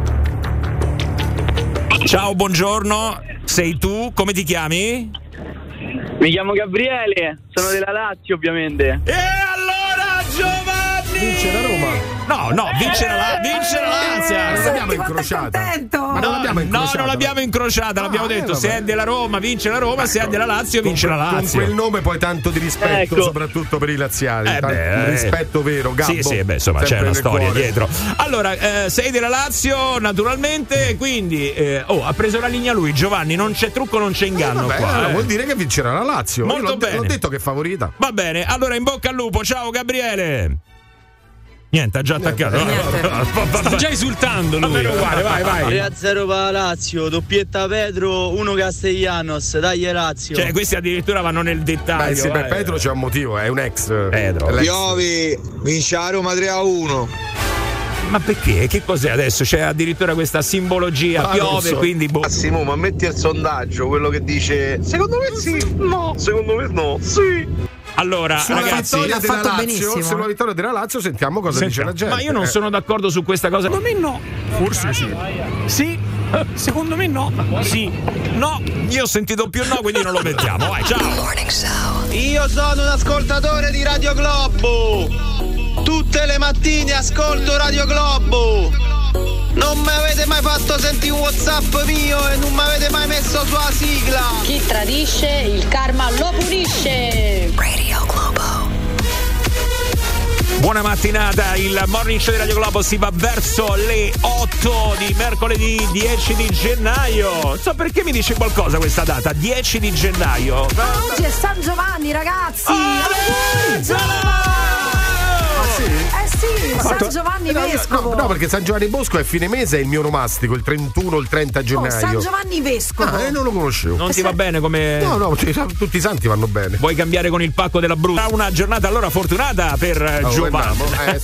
Ciao, buongiorno. Sei tu? Come ti chiami? Mi chiamo Gabriele, sono della Lazio, ovviamente. E allora Giovanni vince la Roma. No, vince la Lazio. Non l'abbiamo incrociata. Ma non l'abbiamo incrociata, l'abbiamo detto. Se è della Roma vince la Roma, se è della Lazio vince la Lazio. Con quel nome poi tanto di rispetto, soprattutto per i laziali. Rispetto vero, Gabbo. Sì, insomma c'è una storia dietro. Allora, sei della Lazio, naturalmente, quindi ha preso la linea lui, Giovanni, non c'è trucco, non c'è inganno qua. Vuol dire che vincerà la Lazio. Molto bene. L'ho detto che è favorita. Va bene, allora in bocca al lupo. Ciao Gabriele. Niente, ha già attaccato. Sta già esultando lui. Uguale, vai. 3-0 per la Lazio, doppietta Pedro, 1 Castellanos, dai Lazio. Cioè, questi addirittura vanno nel dettaglio. Sì, per Pedro c'è un motivo, è un ex Pedro. Piovi, vince la Roma 3-1. Ma perché? Che cos'è adesso? C'è addirittura questa simbologia, piove, quindi Massimo, ma metti il sondaggio, quello che dice secondo me sì, no, secondo me no, sì. Allora, ragazzi, sulla vittoria della Lazio sentiamo cosa dice la gente. Ma io non sono d'accordo su questa cosa. Secondo me no. Forse sì. Sì. Secondo me no. Sì. No. Io ho sentito più no, quindi non lo mettiamo. Vai, ciao. Io sono un ascoltatore di Radio Globo. Tutte tutte le mattine ascolto Radio Globo. Non mi avete mai fatto sentire un WhatsApp mio e non mi avete mai messo sulla sigla. Chi tradisce, il karma lo punisce. Radio Globo. Buona mattinata, il Morning Show di Radio Globo si va verso le 8 di mercoledì 10 di gennaio. Non so perché mi dice qualcosa questa data, 10 di gennaio. Oggi è San Giovanni, ragazzi! Sì, San Giovanni Vescovo. No, perché San Giovanni Bosco è fine mese, è il mio onomastico, il 31 o il 30 gennaio. San Giovanni Vescovo. Non lo conoscevo. Non ti va bene come... No, tutti i santi vanno bene. Vuoi cambiare con il pacco della brutta? Una giornata allora fortunata per Giovanni.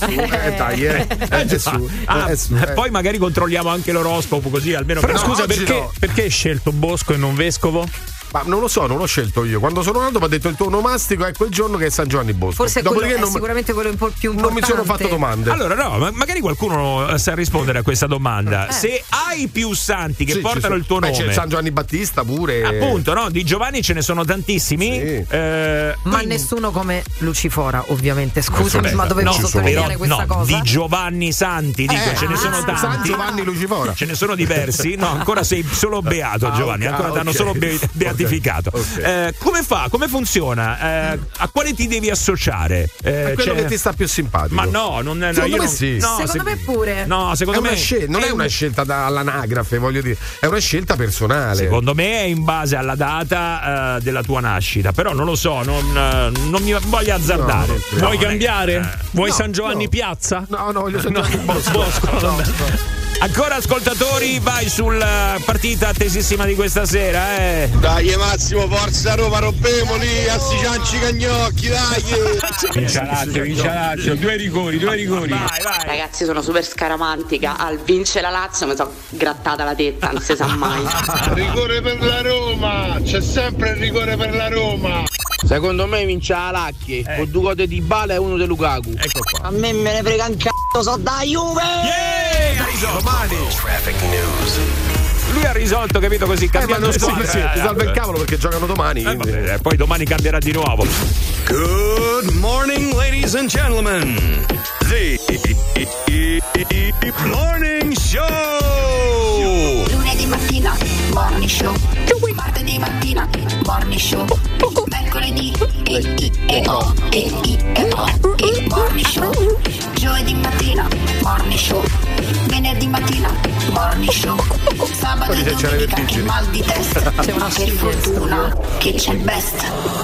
Poi magari controlliamo anche l'oroscopo così almeno. Però scusa, perché hai scelto Bosco e non Vescovo? Ma non lo so, non l'ho scelto io. Quando sono nato mi ha detto il tuo onomastico è quel giorno che è San Giovanni Bosco. Forse è sicuramente quello un po' più importante. Non mi sono fatto domande. Allora no, magari qualcuno sa rispondere a questa domanda. Se hai più santi che portano il tuo nome. C'è San Giovanni Battista pure. Appunto, no? Di Giovanni ce ne sono tantissimi. Ma nessuno come Lucifora, ovviamente. Scusami, ma dovevo sottolineare questa cosa. Di Giovanni Santi, dico, ce ne sono tanti. San Giovanni Lucifora. Ce ne sono diversi. No, ancora sei solo beato, Giovanni. Ancora danno solo beatificato. Okay. Come funziona? A quale ti devi associare? Quello che ti sta più simpatico. Ma no, non è. Secondo me sì. No, secondo me pure. No, secondo me non è una scelta all'anagrafe, voglio dire, è una scelta personale. Secondo me è in base alla data della tua nascita, però non lo so, non mi voglio azzardare. Vuoi cambiare? Vuoi San Giovanni Piazza? No, voglio San Giovanni Bosco. Ancora ascoltatori, vai sulla partita attesissima di questa sera, Dai Massimo, forza Roma, rompemoli, assicianci cagnocchi, dai. Vince Lazio, due rigori. Vai. Ragazzi, sono super scaramantica. Al vince la Lazio mi sono grattata la tetta, non si sa mai. Rigore per la Roma, c'è sempre il rigore per la Roma. Secondo me vince la Lacchi, con due gol di Bala e uno di Lukaku. Ecco qua. A me me ne frega un c***o, so da Juve! Domani. Lui ha risolto, capito, così, cambiando squadra. Sì, ti salva il cavolo perché giocano domani. Poi domani cambierà di nuovo. Good morning, ladies and gentlemen. The Morning Show. Lunedì mattina, Morning Show. Martedì mattina, Morning Show. Mercoledì, Morning Show. Giovedì mattina, Morning Show. Venerdì mattina, Morning Show. Sabato e domenica che mal di testa. C'è una per fortuna che c'è il best.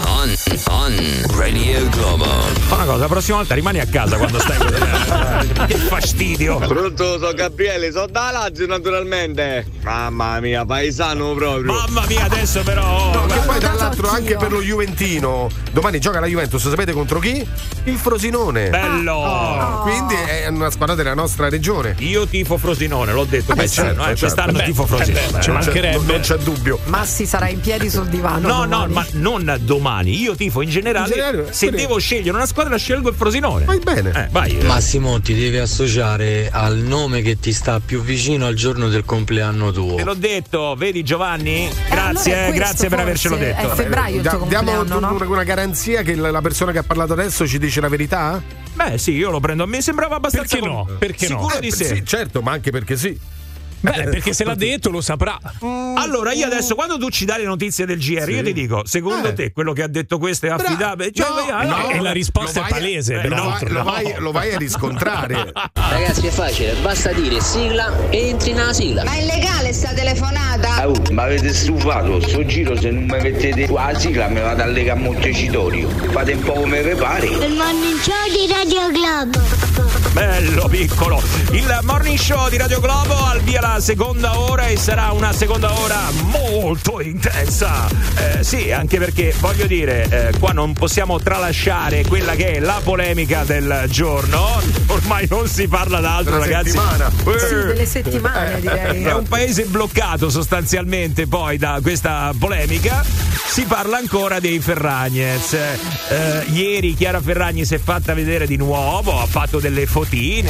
On Radio Globo. Fa una cosa, la prossima volta rimani a casa quando stai con che fastidio. Pronto, sono Gabriele, sono da Lazio naturalmente. Mamma mia, paesano proprio. Mamma mia, adesso però. No, che poi tra l'altro anche per lo Juventino. Domani gioca la Juventus, sapete contro chi? Il Frosinone. Bello. Quindi è una squadra della nostra regione. Io tifo Frosinone, l'ho detto quest'anno. Quest'anno tifo Frosinone. Ci mancherebbe. Non c'è dubbio. Massi sarà in piedi sul divano. No, ma non domani. Io tifo in generale. Se devo scegliere una squadra, scelgo il Frosinone. Vai bene. Vai. Massimo, ti devi associare al nome che ti sta più vicino al giorno del compleanno tuo. Te l'ho detto, vedi Giovanni? Grazie, allora grazie per avercelo detto. È febbraio il tuo compleanno, diamo una garanzia che la persona che ha parlato adesso ci dice la verità? Beh, sì, io lo prendo a me, sembrava abbastanza Perché no? Sicuro di sé. Sì, certo, ma anche perché sì. Beh, perché se l'ha detto lo saprà. Allora io adesso quando tu ci dai le notizie del GR io ti dico, secondo te quello che ha detto questo è affidabile? E la risposta è palese. Lo vai a riscontrare. Ragazzi, è facile, basta dire sigla e entri nella sigla. Ma è illegale sta telefonata? Ma avete stufato, sto giro se non mi mettete qua la sigla mi vado a Lega a Montecitorio. Fate un po' come vi pare. Il Morning Show di Radio Globo. Bello piccolo. Il Morning Show di Radio Globo al via la seconda ora e sarà una seconda ora molto intensa. Sì, anche perché voglio dire, qua non possiamo tralasciare quella che è la polemica del giorno. Ormai non si parla d'altro, ragazzi. Sì, delle settimane direi. È un paese bloccato sostanzialmente poi da questa polemica. Si parla ancora dei Ferragnez. Ieri Chiara Ferragni si è fatta vedere di nuovo, ha fatto delle fotine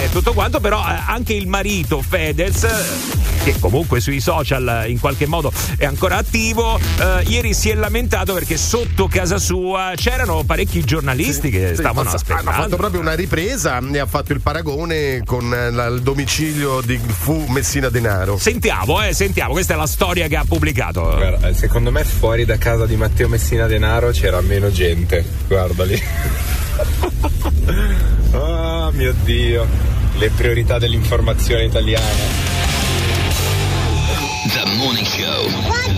e tutto quanto, però anche il marito Fedez, che comunque sui social in qualche modo è ancora attivo, ieri si è lamentato perché sotto casa sua c'erano parecchi giornalisti che stavano aspettando. Ha fatto proprio una ripresa e ha fatto il paragone con il domicilio di Fu Messina Denaro. Sentiamo, questa è la storia che ha pubblicato. Guarda, secondo me fuori da casa di Matteo Messina Denaro c'era meno gente, guarda lì. Oh mio Dio, le priorità dell'informazione italiana. The Morning Show.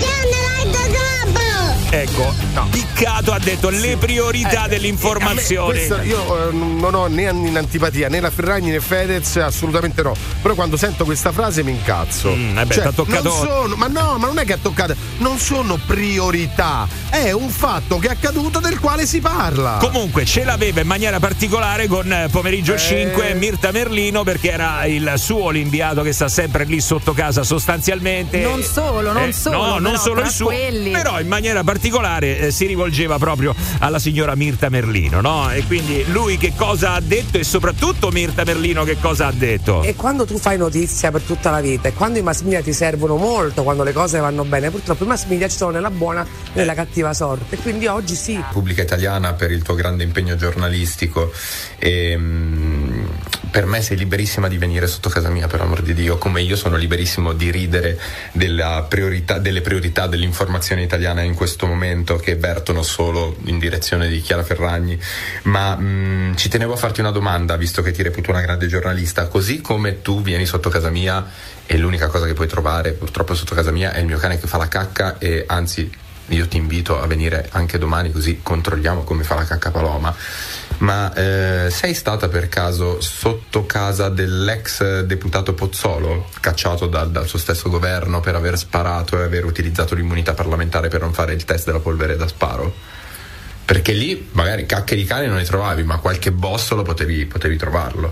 Ecco, Piccato ha detto le priorità dell'informazione. Io non ho né antipatia né la Ferragni né Fedez, assolutamente no. Però quando sento questa frase mi incazzo. T'ha toccato. Ma non è che ha toccato, non sono priorità, è un fatto che è accaduto del quale si parla. Comunque ce l'aveva in maniera particolare con Pomeriggio 5 Mirta Merlino, perché era il suo l'inviato che sta sempre lì sotto casa sostanzialmente. Non solo, non solo il suo, però in maniera particolare si rivolgeva proprio alla signora Mirta Merlino, no? E quindi lui che cosa ha detto e soprattutto Mirta Merlino che cosa ha detto? E quando tu fai notizia per tutta la vita e quando i mass media ti servono molto, quando le cose vanno bene, purtroppo i mass media ci sono nella buona e nella cattiva sorte, e quindi oggi sì. Pubblica Italiana, per il tuo grande impegno giornalistico, e per me sei liberissima di venire sotto casa mia, per amor di Dio, come io sono liberissimo di ridere delle priorità dell'informazione italiana in questo momento, che vertono solo in direzione di Chiara Ferragni. Ma ci tenevo a farti una domanda, visto che ti reputo una grande giornalista. Così come tu vieni sotto casa mia e l'unica cosa che puoi trovare purtroppo sotto casa mia è il mio cane che fa la cacca, e anzi io ti invito a venire anche domani così controlliamo come fa la cacca Paloma. Ma sei stata per caso sotto casa dell'ex deputato Pozzolo, cacciato dal suo stesso governo per aver sparato e aver utilizzato l'immunità parlamentare per non fare il test della polvere da sparo? Perché lì magari cacche di cane non ne trovavi, ma qualche bossolo potevi trovarlo.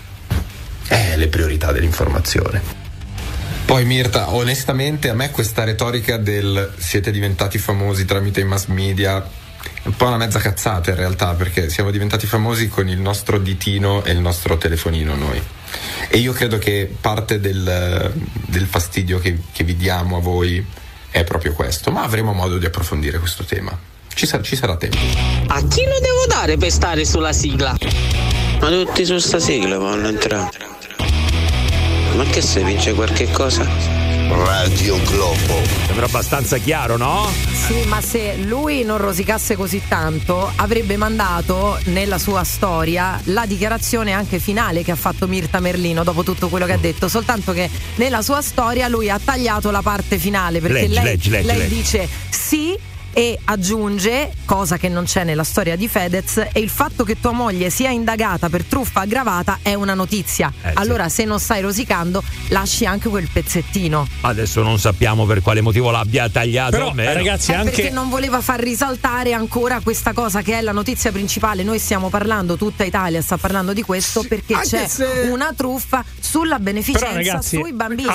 Le priorità dell'informazione. Poi Mirta, onestamente a me questa retorica del siete diventati famosi tramite i mass media è un po' una mezza cazzata in realtà, perché siamo diventati famosi con il nostro ditino e il nostro telefonino noi. E io credo che parte del fastidio che vi diamo a voi è proprio questo, ma avremo modo di approfondire questo tema. Ci sarà tempo. A chi lo devo dare per stare sulla sigla? Ma tutti su sta sigla vanno entrare. Ma che se vince qualche cosa? Radio Globo. Sembra abbastanza chiaro, no? Sì, ma se lui non rosicasse così tanto avrebbe mandato nella sua storia la dichiarazione anche finale che ha fatto Mirta Merlino dopo tutto quello che ha detto, soltanto che nella sua storia lui ha tagliato la parte finale, perché lei dice sì e aggiunge, cosa che non c'è nella storia di Fedez, e il fatto che tua moglie sia indagata per truffa aggravata è una notizia. Allora se non stai rosicando lasci anche quel pezzettino. Adesso non sappiamo per quale motivo l'abbia tagliato. Però ragazzi, anche perché non voleva far risaltare ancora questa cosa che è la notizia principale. Noi stiamo parlando, tutta Italia sta parlando di questo, perché c'è una truffa sulla beneficenza. Però, ragazzi, sui bambini.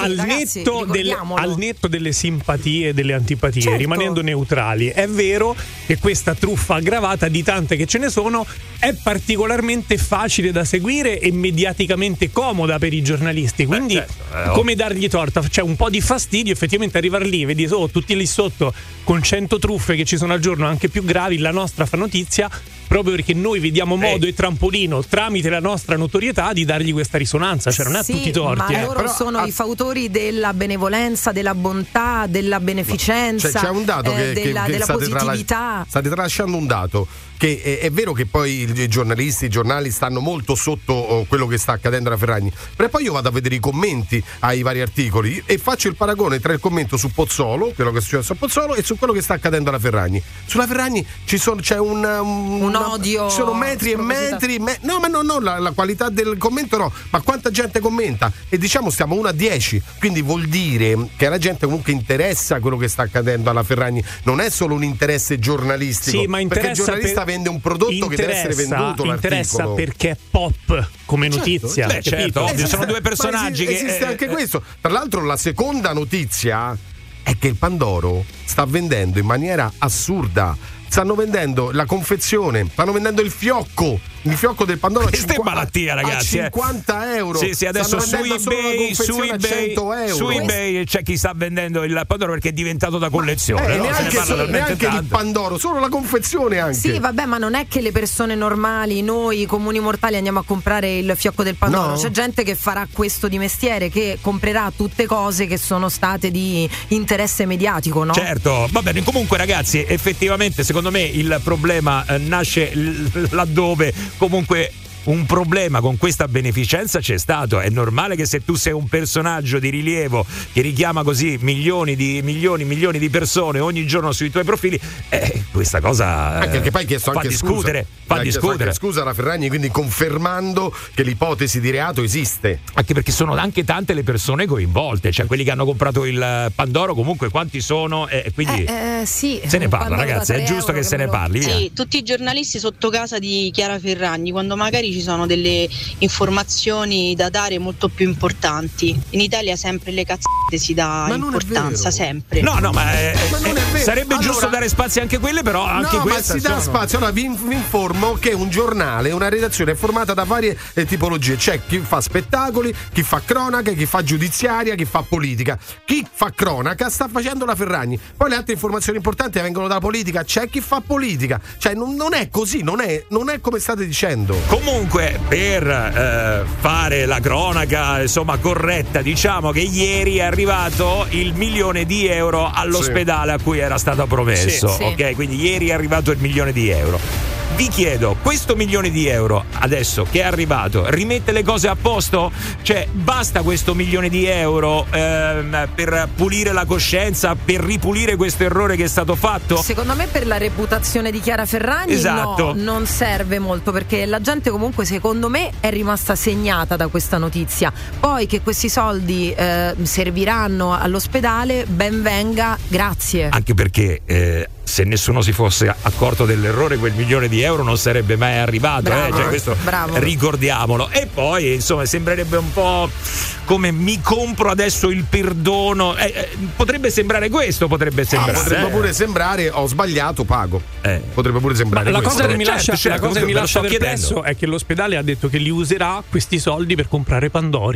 Al netto delle simpatie e delle antipatie, rimanendo neutrali, è vero che questa truffa aggravata, di tante che ce ne sono, è particolarmente facile da seguire e mediaticamente comoda per i giornalisti, quindi come dargli torta? C'è un po' di fastidio effettivamente arrivare lì, vedi tutti lì sotto con 100 truffe che ci sono al giorno, anche più gravi, la nostra fa notizia proprio perché noi vediamo modo e trampolino tramite la nostra notorietà di dargli questa risonanza, cioè non ha tutti i torti. Ma loro sono i fautori della benevolenza, della bontà, della beneficenza, c'è un dato della positività. State tralasciando un dato, che è vero che poi i giornali stanno molto sotto quello che sta accadendo alla Ferragni, però poi io vado a vedere i commenti ai vari articoli e faccio il paragone tra il commento su Pozzolo, quello che è successo a Pozzolo, e su quello che sta accadendo alla Ferragni. Sulla Ferragni c'è un odio, ci sono metri e metri, no, ma no, la qualità del commento no, ma quanta gente commenta, e diciamo stiamo 1 a 10, quindi vuol dire che alla gente comunque interessa quello che sta accadendo alla Ferragni, non è solo un interesse giornalistico, sì, ma perché il giornalista vende un prodotto che deve essere venduto, interessa perché è pop come notizia, certo, ci sono due personaggi che esiste anche questo. Tra l'altro la seconda notizia è che il Pandoro sta vendendo in maniera assurda, stanno vendendo la confezione, stanno vendendo il fiocco il fiocco del Pandoro questa è malattia, ragazzi, a 50 euro. Sì, adesso su eBay c'è chi sta vendendo il Pandoro perché è diventato da collezione, no? neanche il Pandoro, solo la confezione anche. Sì, vabbè, ma non è che le persone normali, noi i comuni mortali andiamo a comprare il fiocco del Pandoro, no. C'è gente che farà questo di mestiere, che comprerà tutte cose che sono state di interesse mediatico, no? Certo, va bene. Comunque, ragazzi, effettivamente secondo me il problema nasce laddove comunque un problema con questa beneficenza c'è stato. È normale che se tu sei un personaggio di rilievo che richiama così milioni di persone ogni giorno sui tuoi profili, questa cosa anche che poi ha chiesto fa anche discutere. Scusa la Ferragni, quindi confermando che l'ipotesi di reato esiste. Anche perché sono anche tante le persone coinvolte, cioè quelli che hanno comprato il Pandoro, comunque quanti sono, quindi sì, se ne parla, ragazzi, è giusto che se ne parli. Sì, tutti i giornalisti sotto casa di Chiara Ferragni, quando magari ci sono delle informazioni da dare molto più importanti. In Italia sempre le cazzate si dà importanza, sempre. No, ma sarebbe giusto dare spazio anche a quelle, però anche queste. Ma si dà spazio. Allora vi informo che un giornale, una redazione è formata da varie tipologie. C'è chi fa spettacoli, chi fa cronaca, chi fa giudiziaria, chi fa politica. Chi fa cronaca sta facendo la Ferragni. Poi le altre informazioni importanti vengono dalla politica. C'è chi fa politica. Cioè non è così, non è come state dicendo. Comunque, per fare la cronaca insomma corretta, diciamo che ieri è arrivato il €1 milione all'ospedale a cui era stato promesso. Sì. Ok, quindi ieri è arrivato il €1 milione. Vi chiedo, questo €1 milione adesso che è arrivato rimette le cose a posto? Cioè basta questo €1 milione per pulire la coscienza, per ripulire questo errore che è stato fatto? Secondo me per la reputazione di Chiara Ferragni esatto. No, non serve molto, perché la gente comunque secondo me è rimasta segnata da questa notizia. Poi che questi soldi serviranno all'ospedale, ben venga, grazie. Anche perché se nessuno si fosse accorto dell'errore, quel €1 milione non sarebbe mai arrivato. Cioè, questo ricordiamolo. E poi insomma sembrerebbe un po' come mi compro adesso il perdono. Potrebbe sembrare questo, potrebbe pure sembrare ho sbagliato, pago. Potrebbe pure sembrare la questo. Cosa che mi lascia perplesso è che l'ospedale ha detto che li userà questi soldi per comprare Pandori.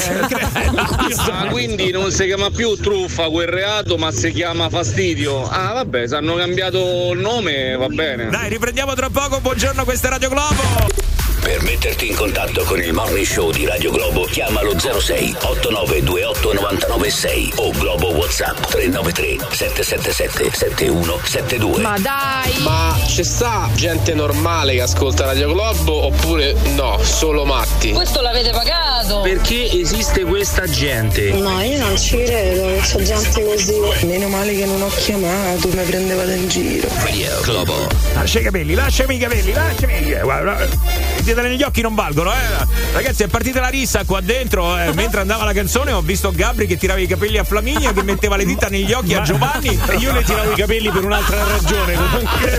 Quindi non si chiama più truffa quel reato, ma si chiama fastidio. Vabbè, se hanno cambiato il nome, va bene. Dai, riprendiamo tra poco. Buongiorno, questa è Radio Globo. Per metterti in contatto con il Morning Show di Radio Globo, chiamalo 06 8928 996 o Globo WhatsApp 393 777 7172. Ma dai! Ma c'è sta gente normale che ascolta Radio Globo oppure no, solo matti? Questo l'avete pagato! Perché esiste questa gente? No, io non ci credo che c'è gente così. Meno male che non ho chiamato, mi prendevate in giro. Radio Globo. Lascia i capelli, lasciami i capelli. Guarda, negli occhi non valgono, ragazzi. È partita la rissa qua dentro, mentre andava la canzone ho visto Gabri che tirava i capelli a Flaminia, che metteva le dita negli occhi a Giovanni, e io le tiravo i capelli per un'altra ragione. Comunque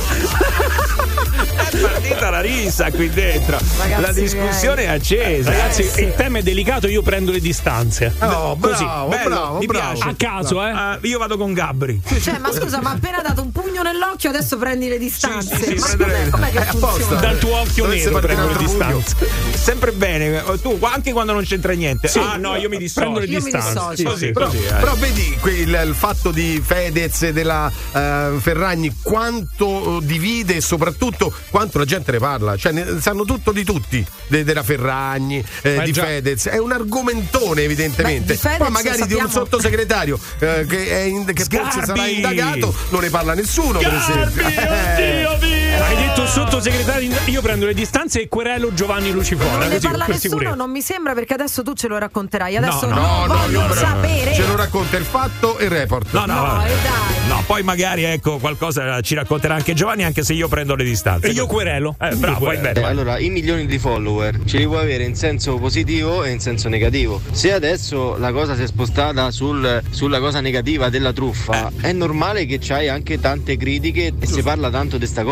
è partita la rissa qui dentro, ragazzi, la discussione è accesa. Ragazzi, il tema è delicato, io prendo le distanze. Bravo, mi piace. A caso, io vado con Gabri. Cioè, ma scusa, ma appena dato un pugno nell'occhio, adesso prendi le distanze. Sì, ma com'è che funziona? Dal tuo occhio nero prendo le distanze. Sempre bene, tu anche quando non c'entra niente. Sì, no, io mi dissocio. Prendo le distanze. Così, però vedi il fatto di Fedez e della Ferragni quanto divide e soprattutto quanto la gente ne parla. Cioè sanno tutto di tutti, della Ferragni, di Fedez. È un argomentone evidentemente. Poi magari di un sottosegretario che forse sarà indagato non ne parla nessuno, per esempio. Oddio mio! Hai detto sottosegretario, io prendo le distanze e querelo Giovanni Lucifora. Non ne parla nessuno, non mi sembra, perché adesso tu ce lo racconterai. Adesso voglio sapere. Ce lo racconta il fatto e il report. No, poi magari qualcosa ci racconterà anche Giovanni, anche se io prendo le distanze. E io querelo. Bravo, vai bene. Allora, i milioni di follower ce li puoi avere in senso positivo e in senso negativo. Se adesso la cosa si è spostata sulla cosa negativa della truffa, è normale che c'hai anche tante critiche e si parla tanto di sta cosa.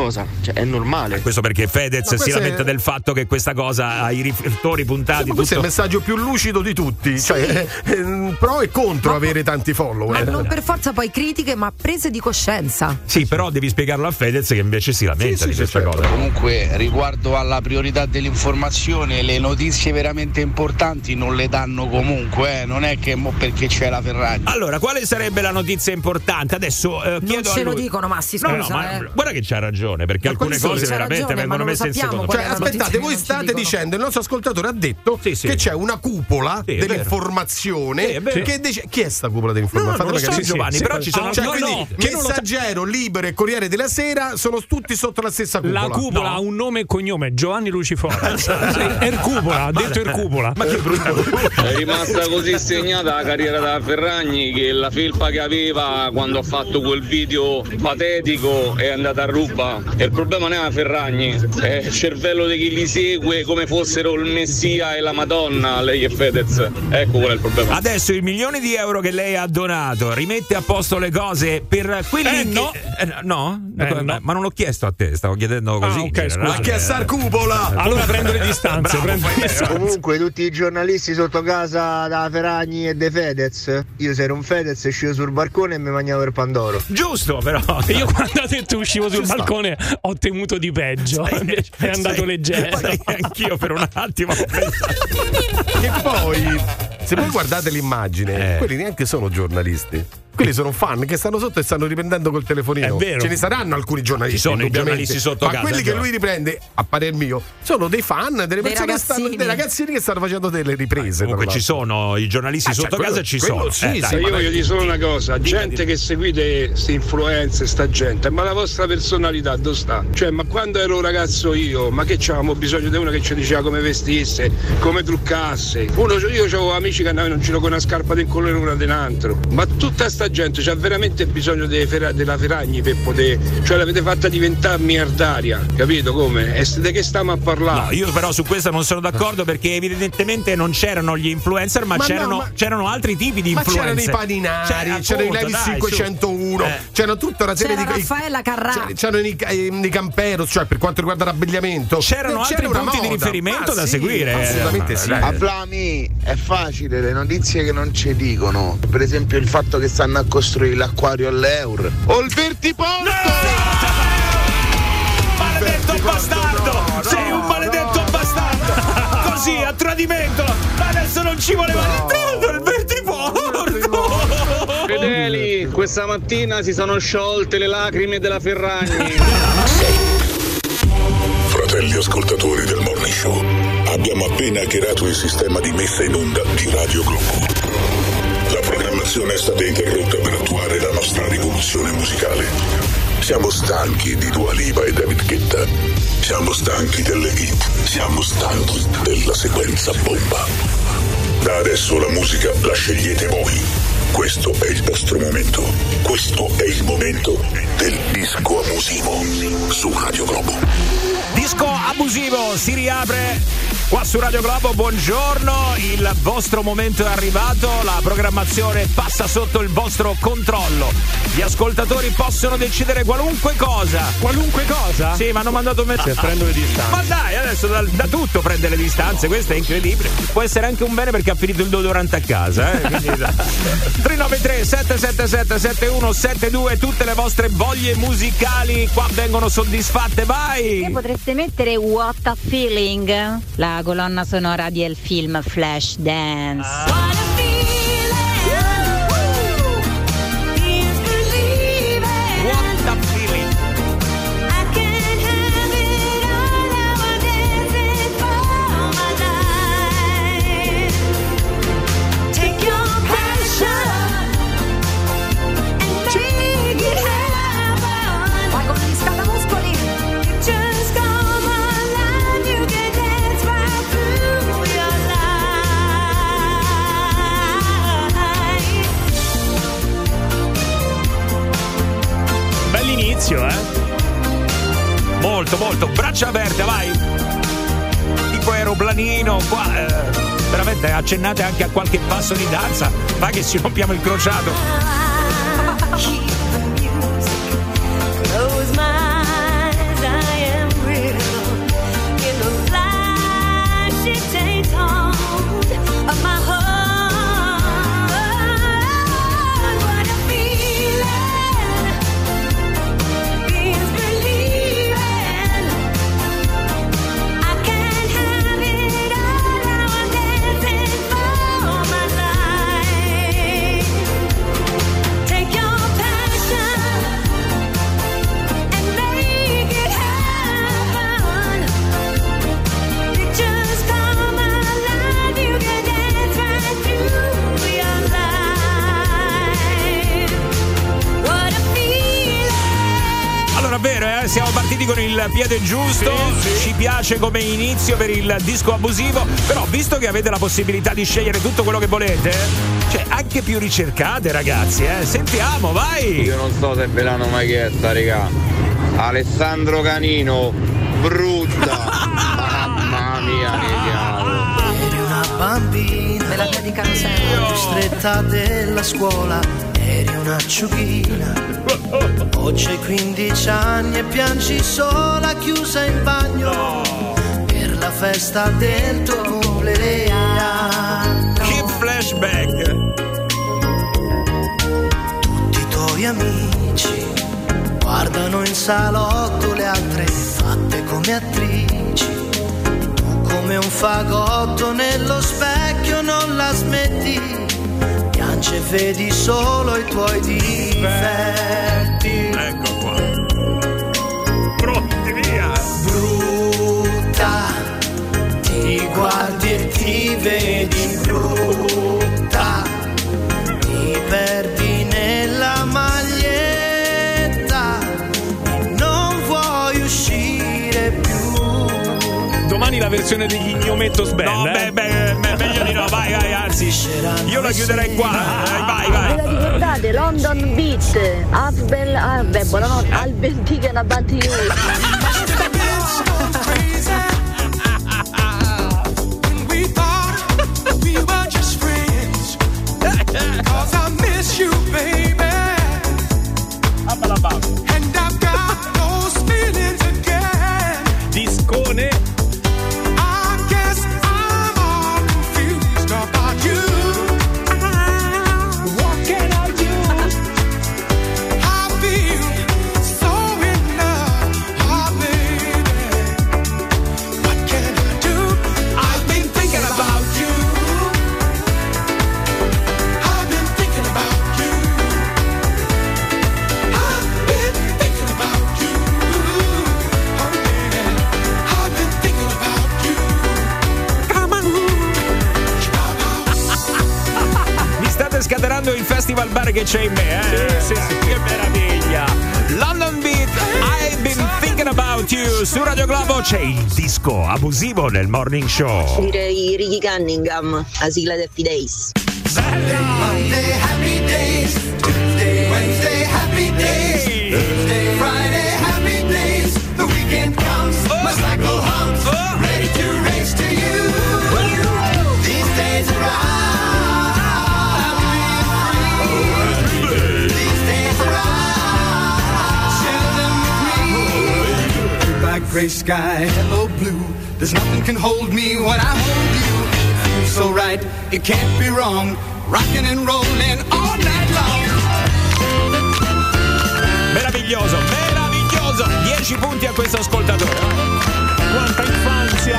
cioè, è normale. Questo perché Fedez si lamenta del fatto che questa cosa ha i riflettori puntati. Questo è il messaggio più lucido di tutti, cioè pro e contro avere tanti follower. Ma non per forza poi critiche, ma prese di coscienza. Sì, però devi spiegarlo a Fedez che invece si lamenta di questa cosa. Comunque, riguardo alla priorità dell'informazione, le notizie veramente importanti non le danno comunque, non è che mo perché c'è la Ferragni. Allora, quale sarebbe la notizia importante? Adesso chiedo non ce lo dicono, Massi, scusa. No, guarda che c'ha ragione, perché alcune cose veramente vengono messe in secondo piano. Cioè, aspettate, voi state dicendo, il nostro ascoltatore ha detto che c'è una cupola dell'informazione che dice chi è sta cupola dell'informazione? Non lo so, Giovanni, però ci sono Messaggero, Libero e Corriere della Sera sono tutti sotto la stessa cupola. La cupola ha un nome e cognome, Giovanni Lucifora. Ercupola, ha detto Ercupola. Ma che brutto. È rimasta così segnata la carriera da Ferragni che la felpa che aveva quando ha fatto quel video patetico è andata a ruba. E il problema non è la Ferragni, è il cervello di chi li segue come fossero il Messia e la Madonna, lei e Fedez. Ecco qual è il problema. Adesso i milioni di euro che lei ha donato rimette a posto le cose per quelli no. Ma non l'ho chiesto a te, stavo chiedendo così. L'ha chiesto a cupola. Allora prendo le distanze. Comunque tutti i giornalisti sotto casa da Ferragni e De Fedez. Io se ero un Fedez sceso sul balcone e mi mangiavo il Pandoro. Giusto, però io quando ho detto uscivo sul balcone ho temuto di peggio. È andato leggero. Anch'io per un attimo ho pensato. Che poi, se voi guardate l'immagine, quelli neanche sono giornalisti. Quelli sono fan che stanno sotto e stanno riprendendo col telefonino. È vero. Ce ne saranno alcuni giornalisti. Ci sono i giornalisti sotto ma casa. quelli che lui riprende, a parer mio, sono dei fan, delle persone che stanno, dei ragazzini che stanno facendo delle riprese. Comunque ci sono i giornalisti sotto casa, ci sono. Io voglio dire solo una cosa: gente che seguite queste influenze, sta gente, ma la vostra personalità dove sta? Cioè, ma quando ero ragazzo io, ma che c'avevamo bisogno di uno che ci diceva come vestisse, come truccasse? Io avevo amici che andavano in giro con una scarpa di un colore e una di un altro. Ma tutta sta gente c'ha veramente bisogno della Ferragni per poter, cioè l'avete fatta diventare miliardaria, capito come? E di che stiamo a parlare? No, io però su questo non sono d'accordo, perché evidentemente non c'erano gli influencer, ma c'erano altri tipi di influencer. Ma c'erano i paninari, c'erano i Levis 501, c'era tutta una serie di Raffaella Carrà, c'erano i Camperos, cioè per quanto riguarda l'abbigliamento. C'erano altri punti di riferimento da seguire. Assolutamente sì. A Flami è facile, le notizie che non ci dicono, per esempio il fatto che stanno a costruire l'acquario all'Eur o il vertiporto. Maledetto bastardo, sei un maledetto bastardo, così a tradimento. Adesso non ci voleva il vertiporto. Fedeli, questa mattina si sono sciolte le lacrime della Ferragni. Fratelli ascoltatori del Morning Show, abbiamo appena hackerato il sistema di messa in onda di Radio Globo. La programmazione è stata interrotta per attuare la nostra rivoluzione musicale. Siamo stanchi di Dua Lipa e David Guetta. Siamo stanchi delle hit. Siamo stanchi della sequenza bomba. Da adesso la musica la scegliete voi. Questo è il vostro momento. Questo è il momento del disco abusivo su Radio Globo. Disco abusivo si riapre qua su Radio Globo. Buongiorno, il vostro momento è arrivato, la programmazione passa sotto il vostro controllo. Gli ascoltatori possono decidere qualunque cosa. Qualunque cosa? Sì, mi hanno mandato un messaggio. Prendo le distanze. Ma dai, adesso da tutto prende le distanze, questo è incredibile. Può essere anche un bene perché ha finito il deodorante a casa, Quindi, 393 777 7172, tutte le vostre voglie musicali qua vengono soddisfatte, vai! Potreste mettere What a Feeling, la colonna sonora del film Flashdance. Molto, molto, braccia aperte, vai! Tipo aeroplanino, qua veramente accennate anche a qualche passo di danza, ma che ci rompiamo il crociato. partiti con il piede giusto, ci piace come inizio per il disco abusivo, però visto che avete la possibilità di scegliere tutto quello che volete, cioè anche più ricercate ragazzi, sentiamo, vai! Io non so se ve l'hanno mai chiesta, raga. Alessandro Canino, brutta! Mamma mia, che diavolo! Eri una bambina, me la dedicano sempre, più stretta della scuola, eri un'acciughina. Oggi hai 15 anni e piangi sola chiusa in bagno per la festa del tuo compleanno. Che flashback! Tutti i tuoi amici guardano in salotto le altre fatte come attrici. Tu come un fagotto nello specchio non la smetti, piange e vedi solo i tuoi difetti. Ecco qua. Pronti, via! Brutta, ti guardi e ti vedi brutta, ti perdi nella maglietta e non vuoi uscire più. Domani la versione degli Gnomettos Band. No, meglio di no, vai, anzi, io la chiuderei qua. Vai. Ve la ricordate? London Beat, buonanotte, Albentica e una Banti. Discone. Scatenando il festival bar che c'è in me, sì, che meraviglia! London Beat, I've been thinking about you. Su Radio Globo c'è il disco abusivo nel morning show. Direi Ricky Cunningham, la sigla del Days. Monday, happy days. Tuesday, Wednesday, happy days. Thursday, Friday, happy days. The weekend comes, my cycle hums, ready to race to you. These days are gray sky, hello blue. There's nothing can hold me when I hold you. It feels so right, it can't be wrong. Rocking and rolling all night long. Meraviglioso, 10 punti a questo ascoltatore. Quanta infanzia.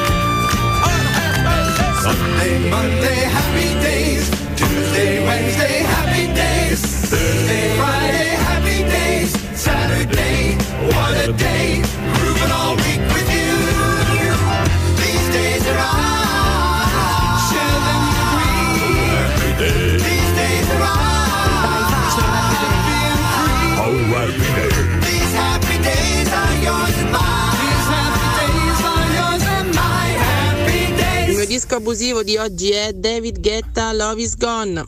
Sunday, Monday, happy days. Tuesday, Wednesday, happy days. Thursday, Friday, happy days. Saturday, what a day. Grooving all week with you. These days are ours. Share them with me. These days are ours. Being free. Oh, happy day. These happy days are yours and mine. These happy days are yours and mine. Happy days. Il mio disco abusivo di oggi è David Guetta, Love Is Gone.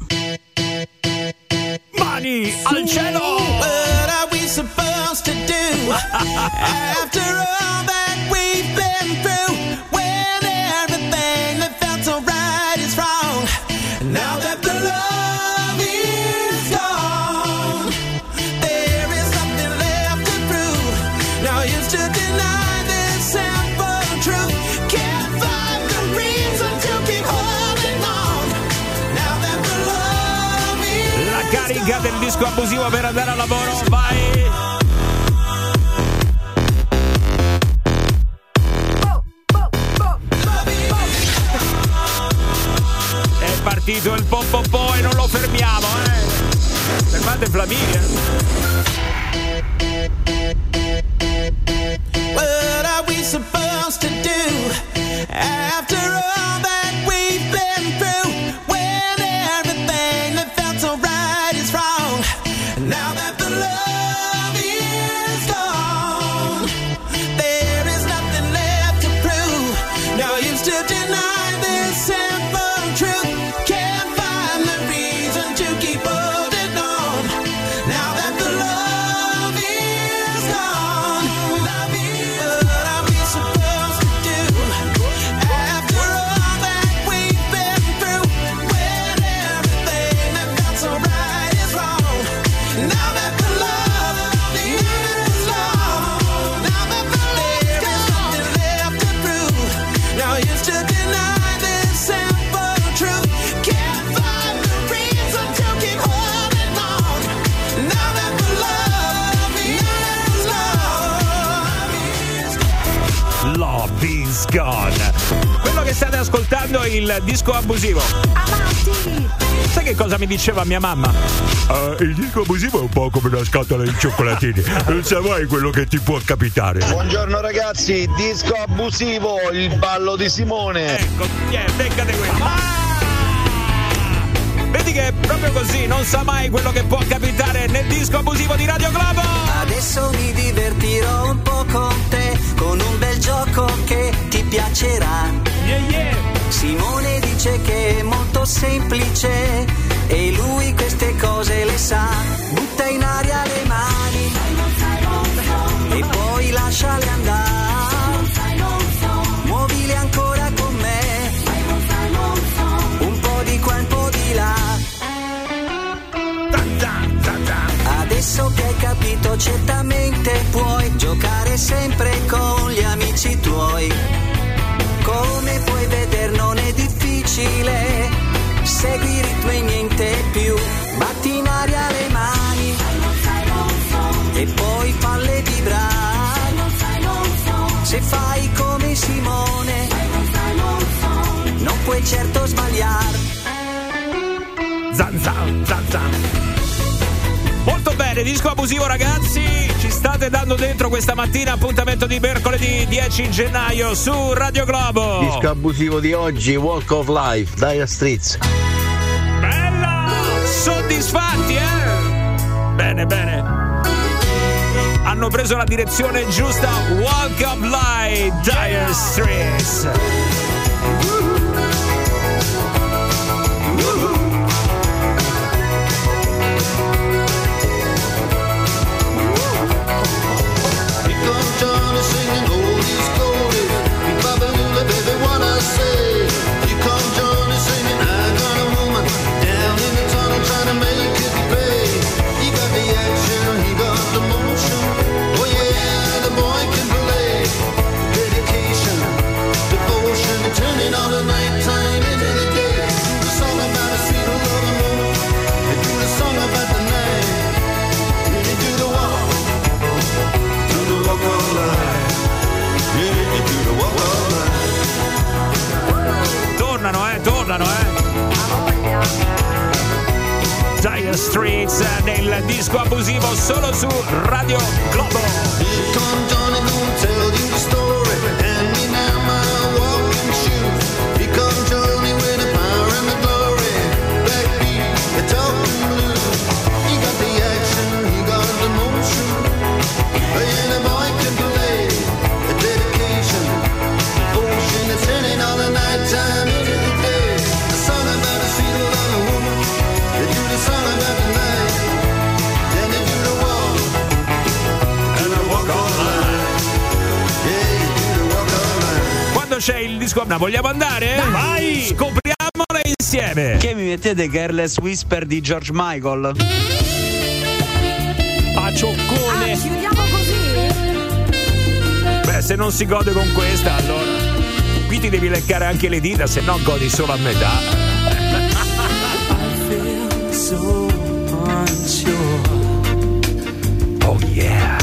Mani al cielo! What are we supposed to do after all that we've been through? When everything that felt so right is wrong. Now that the love is gone, there is something left to prove. Now used to deny this simple truth. Can't find the reason to keep holding on. Now that the love is La carica del disco abusivo per andare al lavoro, vai! È partito il po' e non lo fermiamo, Fermate Flaminia. What are we supposed to do after all that we've been through? When everything that felt so right is wrong. Now that the love is gone, Gone. Quello che state ascoltando è il disco abusivo. Avanti! Sai che cosa mi diceva mia mamma? Il disco abusivo è un po' come una scatola di cioccolatini. Non sai mai quello che ti può capitare. Buongiorno ragazzi, disco abusivo, il ballo di Simone. Ecco, beccate questo. Vedi che è proprio così, non sa mai quello che può capitare nel disco abusivo di Radio Globo. Adesso mi divertirò un po' con te, con un bel gioco che ti piacerà. Simone dice che è molto semplice e lui queste cose le sa. Butta in aria le mani e poi lasciale andare. Muovile ancora con me, un po' di qua, un po' di là. Adesso che hai capito certamente puoi giocare sempre con gli amici tuoi. Come puoi veder non è difficile, segui i ritmi e niente più. Batti in aria le mani e poi falle vibrare. Se fai come Simone non puoi certo sbagliare. Zan zan zan zan. Molto bene, disco abusivo ragazzi, ci state dando dentro questa mattina, appuntamento di mercoledì 10 gennaio su Radio Globo. Disco abusivo di oggi, Walk of Life, Dire Straits. Bella! Soddisfatti, Bene, bene. Hanno preso la direzione giusta, Walk of Life, Dire Straits. Tornano, Dire Straits nel disco abusivo solo su Radio Globo. C'è il disco. No, vogliamo andare? Vai! Scopriamole insieme. Che mi mettete Careless Whisper di George Michael? Pacioccone. Chiudiamo così? Beh, se non si gode con questa, allora qui ti devi leccare anche le dita, se no godi solo a metà. Oh yeah.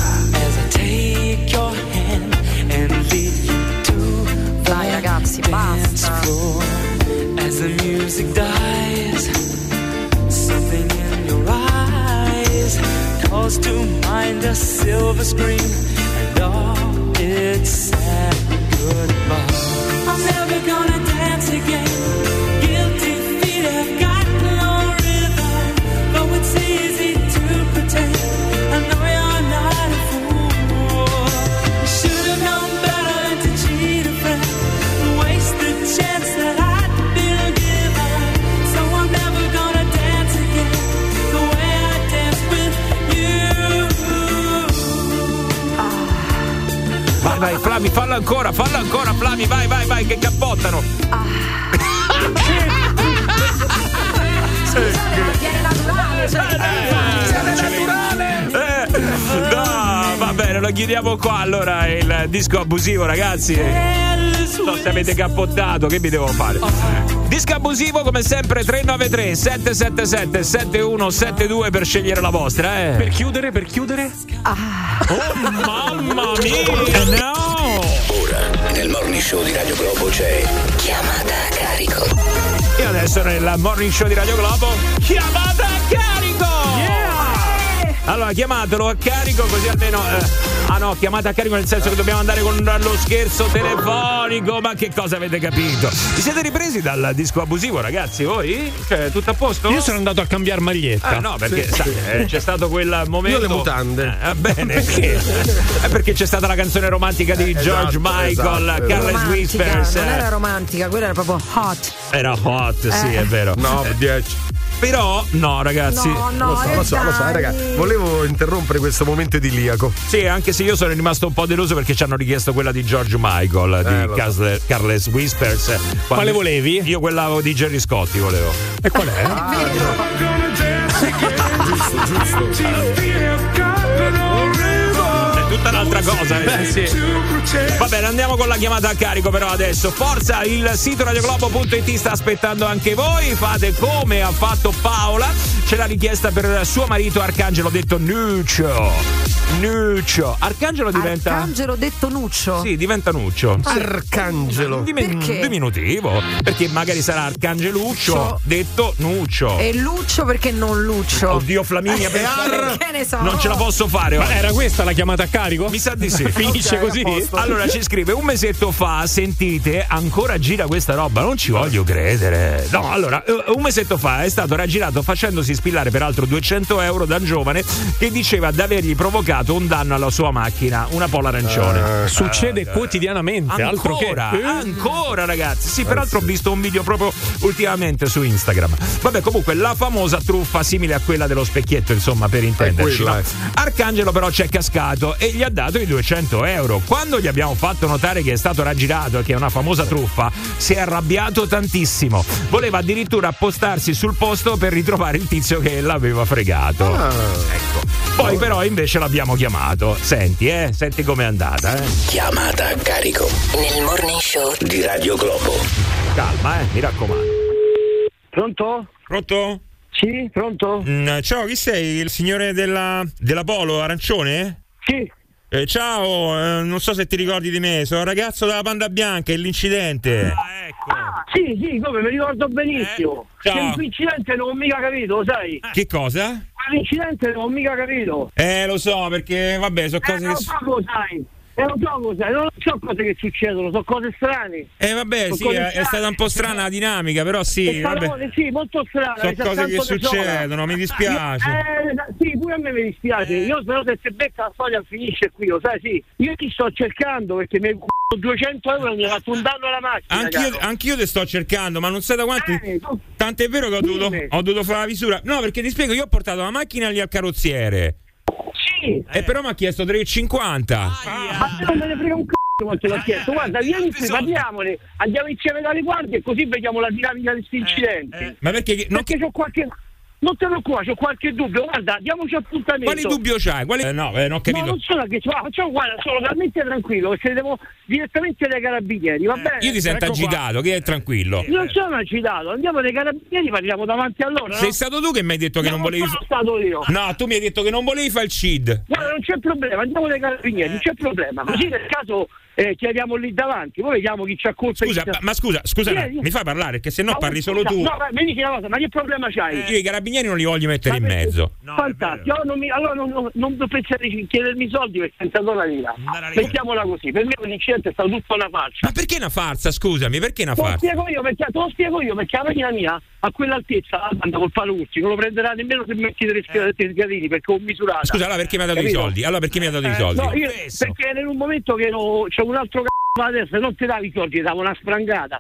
Dai ragazzi, basta. As the music dies, something in your eyes calls to mind a silver screen and all its sad goodbye. I'm never gonna dance again. Guilty feet have got no rhythm, though it's easy to pretend. I know you're not a fool. You should have known better than to cheat a friend. Chance that I'd been given, so I'm never gonna dance again the way I danced with you. Vai, Flami, fallo ancora, Flami, vai, che cappottano. Viene naturale, No, va bene, lo chiudiamo qua. Allora, il disco abusivo, ragazzi. Non se avete cappottato, che vi devo fare? Disco abusivo, come sempre, 393 777 7172 per scegliere la vostra, Per chiudere? Oh, mamma mia! No! Ora, nel Nel Morning Show di Radio Globo c'è Chiamata a carico. E adesso nel Morning Show di Radio Globo, chiamata a carico! Allora chiamatelo a carico così almeno chiamata a carico nel senso che dobbiamo andare con lo scherzo telefonico. Ma che cosa avete capito? Vi siete ripresi dal disco abusivo, ragazzi? Voi? Cioè, tutto a posto? Io sono andato a cambiare maglietta. No, perché sai, c'è stato quel momento. Io le mutande. Bene, perché? Perché c'è stata la canzone romantica di George Michael, Careless Whispers. Non era romantica, quella era proprio hot. Era hot, sì, è vero. No, 10. Però no, ragazzi, lo so, raga. Volevo interrompere questo momento idilliaco. Sì, anche se io sono rimasto un po' deluso perché ci hanno richiesto quella di George Michael, di Careless Whispers. Quale volevi? Io quella di Gerry Scotti volevo. E qual è? Tutta un'altra cosa. Sì. Va bene, andiamo con la chiamata a carico però adesso. Forza, il sito radioglobo.it sta aspettando anche voi. Fate come ha fatto Paola. C'è la richiesta per suo marito Arcangelo detto Nuccio. Arcangelo diventa Arcangelo detto Nuccio. Sì, diventa Nuccio. Arcangelo. Diminutivo. Perché magari sarà Arcangeluccio detto Nuccio. E Luccio perché non Luccio? Oddio, Flaminia, perché ne so? Non ce la posso fare. Ma era questa la chiamata a carico? Mi sa di sì. Finisce così? Allora ci scrive: un mesetto fa, sentite, ancora gira questa roba, non ci voglio credere. No, allora, un mesetto fa è stato raggirato facendosi spillare peraltro 200 euro da un giovane che diceva di avergli provocato un danno alla sua macchina, una Polo arancione. Succede quotidianamente, altro che ancora ragazzi. Sì, peraltro ho visto un video proprio ultimamente su Instagram. Vabbè, comunque la famosa truffa simile a quella dello specchietto, insomma, per intenderci. No? Arcangelo però c'è cascato e gli ha dato i 200 euro. Quando gli abbiamo fatto notare che è stato raggirato e che è una famosa truffa, si è arrabbiato tantissimo. Voleva addirittura appostarsi sul posto per ritrovare il tizio che l'aveva fregato. Ecco. Poi però invece l'abbiamo chiamato. Senti com'è andata. Chiamata a carico nel Morning Show di Radio Globo. Calma, mi raccomando. Pronto? Sì, pronto? Ciao, chi sei? Il signore della Polo arancione? Sì. Ciao, non so se ti ricordi di me, sono il ragazzo della Panda Bianca, l'incidente. Ecco. Sì, come mi ricordo benissimo. Ciao. L'incidente non ho mica capito, sai? Che cosa? L'incidente non ho mica capito. Lo so, perché vabbè, sono cose che non so cose che succedono, sono cose strane. Vabbè, sì, è stata un po' strana la dinamica, però sì, vabbè. Sì, molto strana. Sono cose che succedono, mi dispiace. Sì, pure a me mi dispiace. Io spero se si becca la storia finisce qui, lo sai, sì. Io ti sto cercando perché mi 200 euro mi ha fatto un danno alla macchina. Anch'io ti sto cercando, ma non sai da quanti. Tant'è vero che ho dovuto fare la visura. No, perché ti spiego, io ho portato la macchina lì al carrozziere. Sì. E però mi ha chiesto 3,50. Ma non me ne frega un c***o quanto l'ho chiesto. Guarda, vieni qui, parliamole, andiamo insieme dalle guardie e così vediamo la dinamica di questi incidenti. Ma perché c'ho qualche. Non te lo qua, c'ho qualche dubbio. Guarda, diamoci appuntamento. Quale dubbio c'hai? No, non ho capito. No, non sono che guarda, sono talmente tranquillo che se devo direttamente dai carabinieri, va bene? Io ti sento agitato, che è tranquillo. Non sono agitato, andiamo dai carabinieri, parliamo davanti a loro. Sei stato tu che mi hai detto che non volevi fare. Sono stato io. No, tu mi hai detto che non volevi fare il CID. Guarda, non c'è problema, andiamo dai carabinieri, non c'è problema. Così nel caso chiariamo lì davanti, poi vediamo chi c'ha colpa. Scusa, mi fai parlare, perché se no parli solo tu. No, mi dici una cosa, ma che problema c'hai? Io i carabinieri non li voglio mettere in mezzo. Fantastico, allora non pensare di chiedermi soldi perché senza la lira. Mettiamola così, per me l'incidente è stato tutta una farsa. Ma perché una farsa, scusami, perché una farsa? Te lo spiego io perché la macchina mia a quell'altezza anda col palo ultimo, non lo prenderà nemmeno se metti tre schiavini perché ho misurato. Scusa, allora perché mi ha dato i soldi? No, io perché in un momento che c'è un altro adesso non ti davi i soldi, ti davo una sprangata.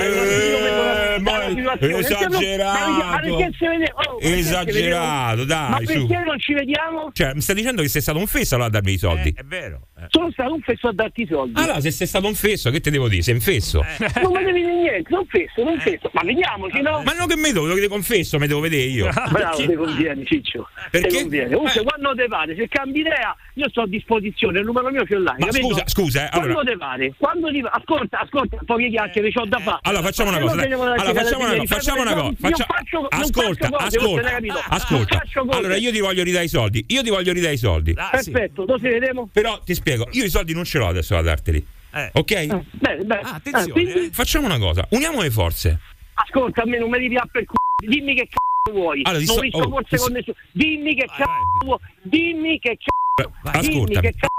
Esagerato, dai. Ma perché non ci vediamo? Cioè, mi stai dicendo che sei stato un fesso allora a darmi i soldi? È vero. Sono stato un fesso a darti i soldi. Allora, se sei stato un fesso, che te devo dire? Sei un fesso? Non mi devi dire niente, non fesso. Ma vediamoci, no? Ma non che me devo, che confesso, me devo vedere io. Bravo, te conviene, Ciccio. Perché? Comunque, quando te pare, se cambi idea, io sto a disposizione, il numero mio ce l'hai. Ma scusa, quando te pare? Ascolta, poche chiacchiere c'ho da fare. Allora facciamo una cosa. Ascolta. Allora io ti voglio ridare i soldi. Perfetto, dove ci vediamo? Però ti spiego, io i soldi non ce l'ho adesso da darteli. Ok? Attenzione. Quindi... Facciamo una cosa, uniamo le forze. Ascolta, a me non mi devi per il c***o. Dimmi che c***o vuoi. Allora, non riesco forse con nessuno. Dimmi che c***o vuoi. Dimmi che c***o. Dimmi che c***o.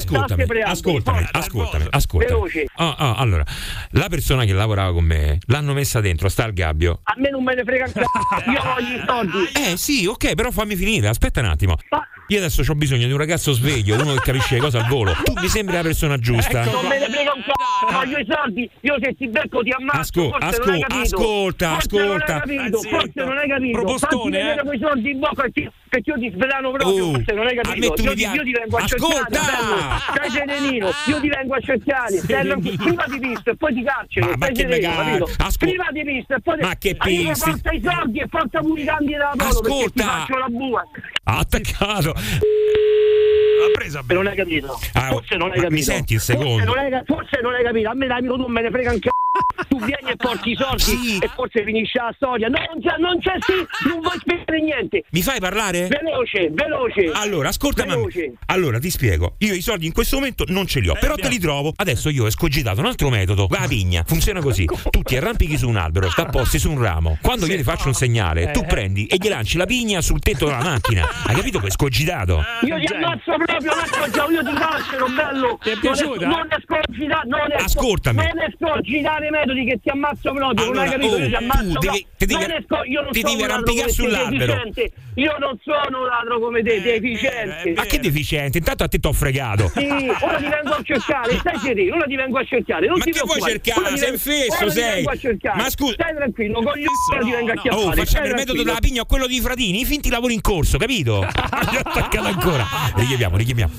Ascoltami. Veloce. Allora, la persona che lavorava con me l'hanno messa dentro, sta al gabbio. A me non me ne frega un c***o, io voglio i soldi. Sì, ok, però fammi finire, aspetta un attimo. Io adesso ho bisogno di un ragazzo sveglio, uno che capisce le cose al volo. Tu mi sembri la persona giusta. Non me ne frega un c***o, voglio i soldi. Io se ti becco ti ammazzo. Ascolta. Forse non hai capito. Propostone, Fatti vedere quei soldi in bocca perché io ti svelano proprio. Forse non hai capito. Io ti vengo a cercare. Stai serenino, io ti vengo a cercare. Prima di pista e poi ti carcere. Ma che capito? Prima di pista e poi ma che pista? Porta i soldi e porta pure i cambi della polo perché ti faccio la bua. Attaccato. L'ha presa bene. Non hai capito. Forse non hai capito. Mi senti un secondo? Forse non hai capito. A me dai, tu me ne frega un c***o. Tu vieni e porti i soldi e forse finisce la storia. No, non c'è non vuoi spiegare niente. Mi fai parlare? Veloce. Allora, ascoltami. Allora, ti spiego. Io i soldi in questo momento non ce li ho, però te li trovo. Adesso io ho escogitato un altro metodo. La pigna. Funziona così. Tu ti arrampichi su un albero, t'apposti su un ramo. Quando io ti faccio un segnale, tu prendi e gli lanci la pigna sul tetto della macchina. Hai capito che è escogitato? Io ti ammazzo proprio, io ti carcero, bello. Ti è piaciuta? Non Ascoltami. Non escogitare i metodi che ti ammazzo proprio, non hai capito? Io ti ammazzo. Ti devi arrampicare sull'albero. Io non sono un ladro come te, deficiente. Ma che deficiente? Intanto a te t'ho fregato. Sì, ora ti vengo a cercare, stai sereno, ora ti vengo a cercare. Non ma ti che vuoi cercare? Sei fesso, sei. Ma scusa. Stai tranquillo, con gli occhi ti vengo a chiamare. Facciamo il metodo della pigna o quello di Fratini, finti lavori in corso, capito? Mi ho attaccato ancora. Richiamiamo.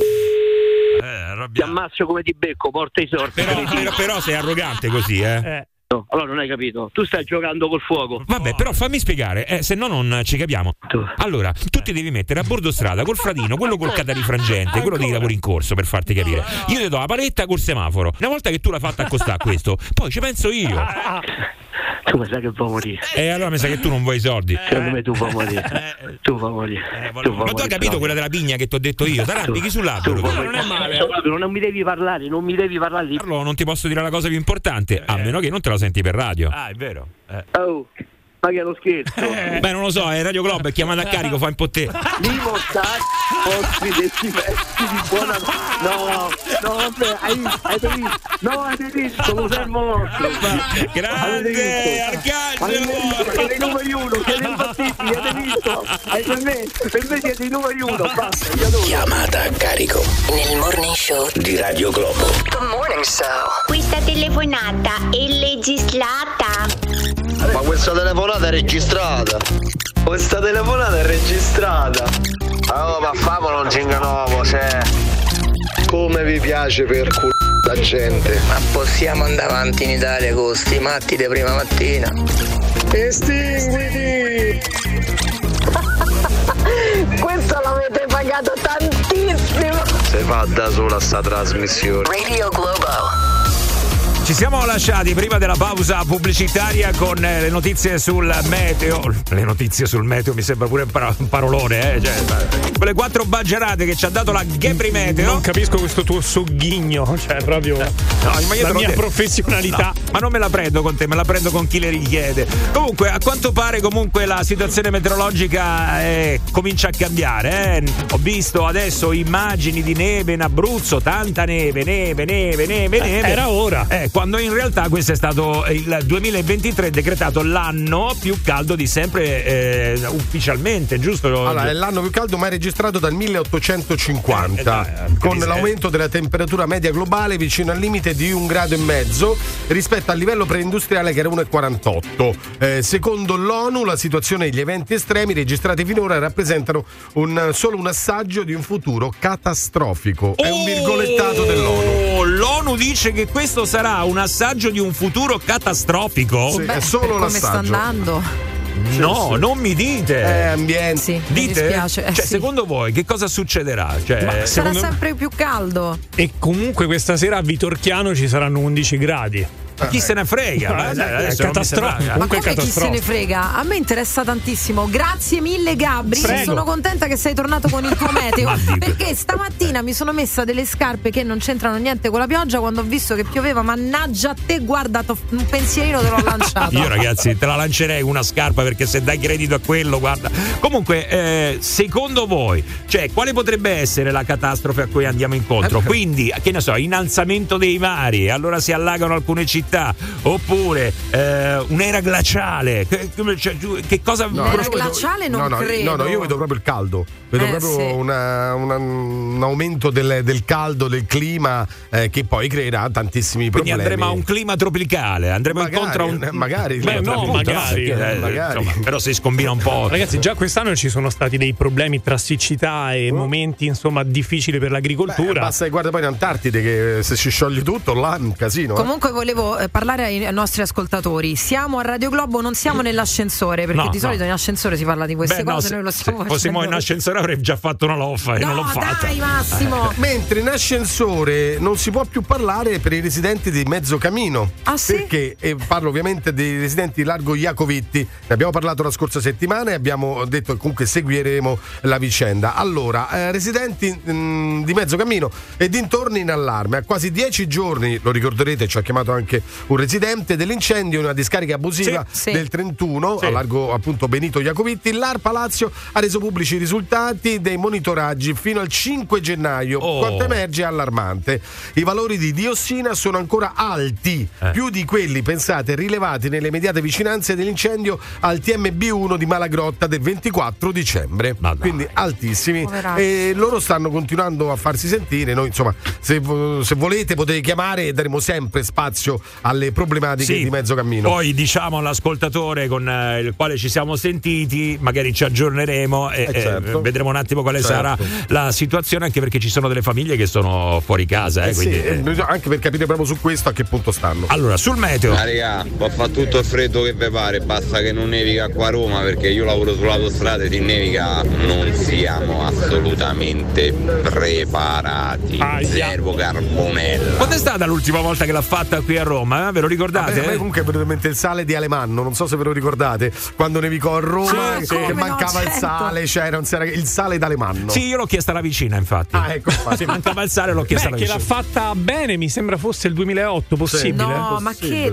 Ti ammazzo come ti becco, porta i sorti. Però sei arrogante così, No, allora non hai capito, tu stai giocando col fuoco. Vabbè, però fammi spiegare, se no non ci capiamo. Allora, tu ti devi mettere a bordo strada col fratino, quello col catarifrangente, quello dei lavori in corso, per farti capire. Io ti do la paletta col semaforo. Una volta che tu l'hai fatta accostare a questo, poi ci penso io. Tu mi sai che vuoi morire. Allora mi sa che tu non vuoi i soldi. Secondo me tu vuoi morire. Ma tu hai capito quella della pigna che ti ho detto io? T'arrampichi sull'albero. Non è male. Non mi devi parlare, di... Carlo, non ti posso dire la cosa più importante, a meno che non te la senti per radio. È vero. Oh, ma che è lo scherzo? Beh, non lo so, è Radio Globo, è chiamata a carico, fa un po' te. Dimostrare ospite di pezzi di buona. No, vabbè, hai visto, lo servo nostro. Grande Arcangelo! Siete i numeri uno, siete impazziti, avete visto? Per me siete i numeri uno, basta. Chiamata a carico nel Morning Show di Radio Globo. The Morning Show. Questa telefonata è legislata. Ma questa telefonata è registrata. Oh, ma famolo un cinganovo, cioè. Come vi piace per la gente. Ma possiamo andare avanti in Italia con sti matti di prima mattina? Estinguiti! Questo l'avete pagato tantissimo. Se fa da sola sta trasmissione. Radio Globo. Ci siamo lasciati prima della pausa pubblicitaria con le notizie sul meteo. Le notizie sul meteo mi sembra pure un parolone, Cioè, quelle 4 baggiarate che ci ha dato la Gepri Meteo. Non capisco questo tuo sogghigno, cioè proprio la mia professionalità. No, ma non me la prendo con te, me la prendo con chi le richiede. Comunque, a quanto pare comunque la situazione meteorologica comincia a cambiare, Ho visto adesso immagini di neve in Abruzzo, tanta neve. Era ora. Quando in realtà questo è stato il 2023 decretato l'anno più caldo di sempre ufficialmente, giusto? Allora, è l'anno più caldo mai registrato dal 1850, con l'aumento della temperatura media globale vicino al limite di 1,5 gradi rispetto al livello preindustriale che era 1,48. Secondo l'ONU la situazione e gli eventi estremi registrati finora rappresentano solo un assaggio di un futuro catastrofico. È un virgolettato dell'ONU. L'ONU dice che questo sarà un assaggio di un futuro catastrofico? Sì, è solo come l'assaggio. Sta andando? No, non mi dite. Ambiente. Sì, dite? mi dispiace. Cioè, secondo voi che cosa succederà? Sarà sempre più caldo. E comunque questa sera a Vitorchiano ci saranno 11 gradi. Chi se ne frega? Catastrofico. Ma come chi se ne frega? A me interessa tantissimo. Grazie mille Gabri. Prego. Sono contenta che sei tornato con il tuo meteo, perché stamattina mi sono messa delle scarpe che non c'entrano niente con la pioggia quando ho visto che pioveva. Mannaggia a te, guarda, un pensierino te l'ho lanciato. Io ragazzi te la lancerei una scarpa, perché se dai credito a quello, guarda. Comunque secondo voi, cioè, quale potrebbe essere la catastrofe a cui andiamo incontro? Quindi, che ne so, innalzamento dei mari, allora si allagano alcune città, oppure un'era glaciale, che cosa? Un'era glaciale non credo. No, io vedo proprio il caldo, vedo proprio un aumento del caldo, del clima, che poi creerà tantissimi problemi. Quindi andremo a un clima tropicale, andremo incontro a un magari insomma, però si scombina un po'. Ragazzi, già quest'anno ci sono stati dei problemi tra siccità e momenti insomma difficili per l'agricoltura. Basta, guarda poi in Antartide che se si scioglie tutto là è un casino. Comunque volevo parlare ai nostri ascoltatori. Siamo a Radio Globo, non siamo nell'ascensore, perché di solito in ascensore si parla di queste cose. Noi lo stiamo facendo. Fossimo in ascensore avrei già fatto una loffa e non l'ho fatta. Dai Massimo. Mentre in ascensore non si può più parlare per i residenti di Mezzocamino. Ah sì? Perché parlo ovviamente dei residenti di Largo Iacovitti. Ne abbiamo parlato la scorsa settimana e abbiamo detto che comunque seguiremo la vicenda. Allora, residenti di Mezzocamino e dintorni in allarme. A quasi 10 giorni, lo ricorderete, ci ha chiamato anche un residente, dell'incendio in una discarica abusiva del 31 a Largo appunto Benito Iacovitti. L'ARPA Lazio ha reso pubblici i risultati dei monitoraggi fino al 5 gennaio. Quanto emerge è allarmante. I valori di diossina sono ancora alti, più di quelli, pensate, rilevati nelle immediate vicinanze dell'incendio al TMB1 di Malagrotta del 24 dicembre. Quindi altissimi. E loro stanno continuando a farsi sentire. Noi insomma, se volete potete chiamare e daremo sempre spazio alle problematiche di Mezzocamino. Poi diciamo all'ascoltatore con il quale ci siamo sentiti, magari ci aggiorneremo e vedremo un attimo quale sarà la situazione, anche perché ci sono delle famiglie che sono fuori casa, quindi, anche per capire proprio su questo a che punto stanno. Allora, sul meteo, raga, può fare tutto il freddo che vi pare, basta che non nevica qua a Roma, perché io lavoro sull'autostrada e di nevica non siamo assolutamente preparati. Zero carbonella. quando è stata l'ultima volta che l'ha fatta qui a Roma? Ve lo ricordate? A me comunque è venuto in mente il sale di Alemanno, non so se ve lo ricordate, quando nevicò a Roma, che mancava il sale, c'era il sale d'Alemanno. Sì, io l'ho chiesta alla vicina, infatti. Ecco. Se mancava il sale l'ho chiesta alla vicina. Che l'ha fatta bene, mi sembra fosse il 2008, possibile? No, ma che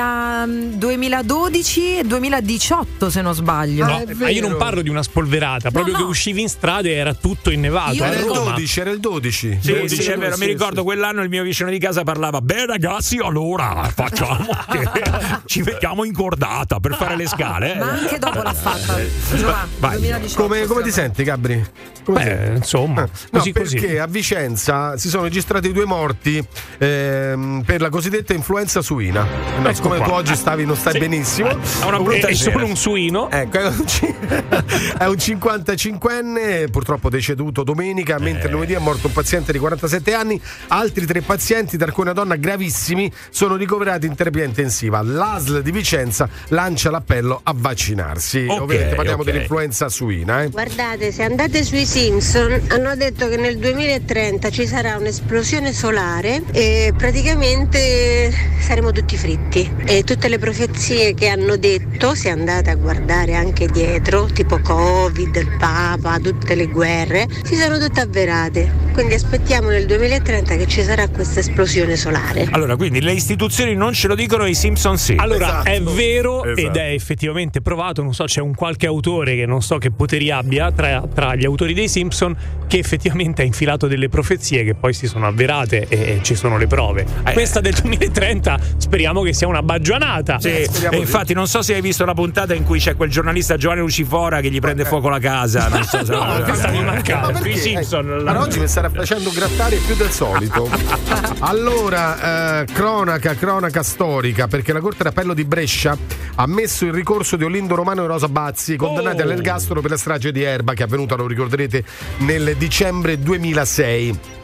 2012 e 2018 se non sbaglio. Ma io non parlo di una spolverata, proprio che uscivi in strada e era tutto innevato. Era il 12. Sì, è vero, mi ricordo quell'anno il mio vicino di casa parlava: beh ragazzi, allora facciamo che ci mettiamo in cordata per fare le scale. Ma anche dopo l'ha fatta. Come ti senti, Gabri? Insomma, così. Perché a Vicenza si sono registrati 2 morti per la cosiddetta influenza suina. Siccome tu oggi non stai benissimo, è solo un suino. Ecco, è un 55enne, purtroppo deceduto domenica, mentre lunedì è morto un paziente di 47 anni. Altri 3 pazienti, tra cui una donna, gravissimi, sono ricoverati in terapia intensiva. L'ASL di Vicenza lancia l'appello a vaccinarsi. Ovviamente parliamo dell'influenza suina. Guardate, se andate sui Simpson, hanno detto che nel 2030 ci sarà un'esplosione solare e praticamente saremo tutti fritti. E tutte le profezie che hanno detto, se andate a guardare anche dietro, tipo Covid, il Papa, tutte le guerre, si sono tutte avverate. Quindi aspettiamo nel 2030 che ci sarà questa esplosione solare. Allora, quindi le istituzioni non ce lo dicono, i Simpson sì. Allora, è vero ed è effettivamente provato. Non so, c'è un qualche autore che non so che poteri abbia tra gli autori dei Simpson, che effettivamente ha infilato delle profezie che poi si sono avverate e ci sono le prove. Questa del 2030 speriamo che sia una baggianata. Sì, e infatti non so se hai visto la puntata in cui c'è quel giornalista Giovanni Lucifora che gli prende fuoco la casa. Non so se questa mi mancava. I Simpson. Ma oggi mi starà facendo grattare più del solito. Allora, cronaca storica, perché la Corte d'Appello di Brescia ha ammesso il ricorso di Olindo Romano e Rosa Bazzi, condannati all'ergastolo per la strage di Erba, che è avvenuta, lo ricorderete, nel dicembre 2006.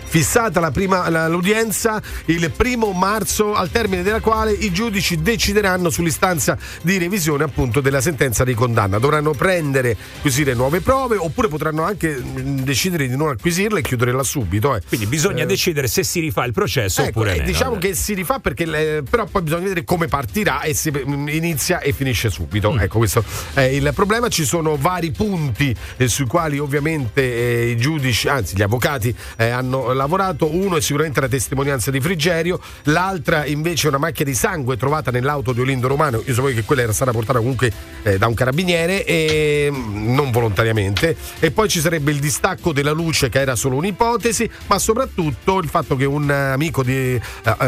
fissata l'udienza il 1 marzo, al termine della quale i giudici decideranno sull'istanza di revisione appunto della sentenza di condanna. Dovranno acquisire nuove prove, oppure potranno anche decidere di non acquisirle e chiuderla subito. Quindi bisogna decidere se si rifà il processo oppure no. Diciamo che si rifà perché però poi bisogna vedere come partirà e se inizia e finisce subito. Ecco, questo è il problema. Ci sono vari punti sui quali ovviamente i giudici, anzi gli avvocati hanno lavorato. Uno è sicuramente la testimonianza di Frigerio, l'altra invece è una macchia di sangue trovata nell'auto di Olindo Romano. Io sapevo che quella era stata portata comunque da un carabiniere e non volontariamente, e poi ci sarebbe il distacco della luce che era solo un'ipotesi, ma soprattutto il fatto che un amico del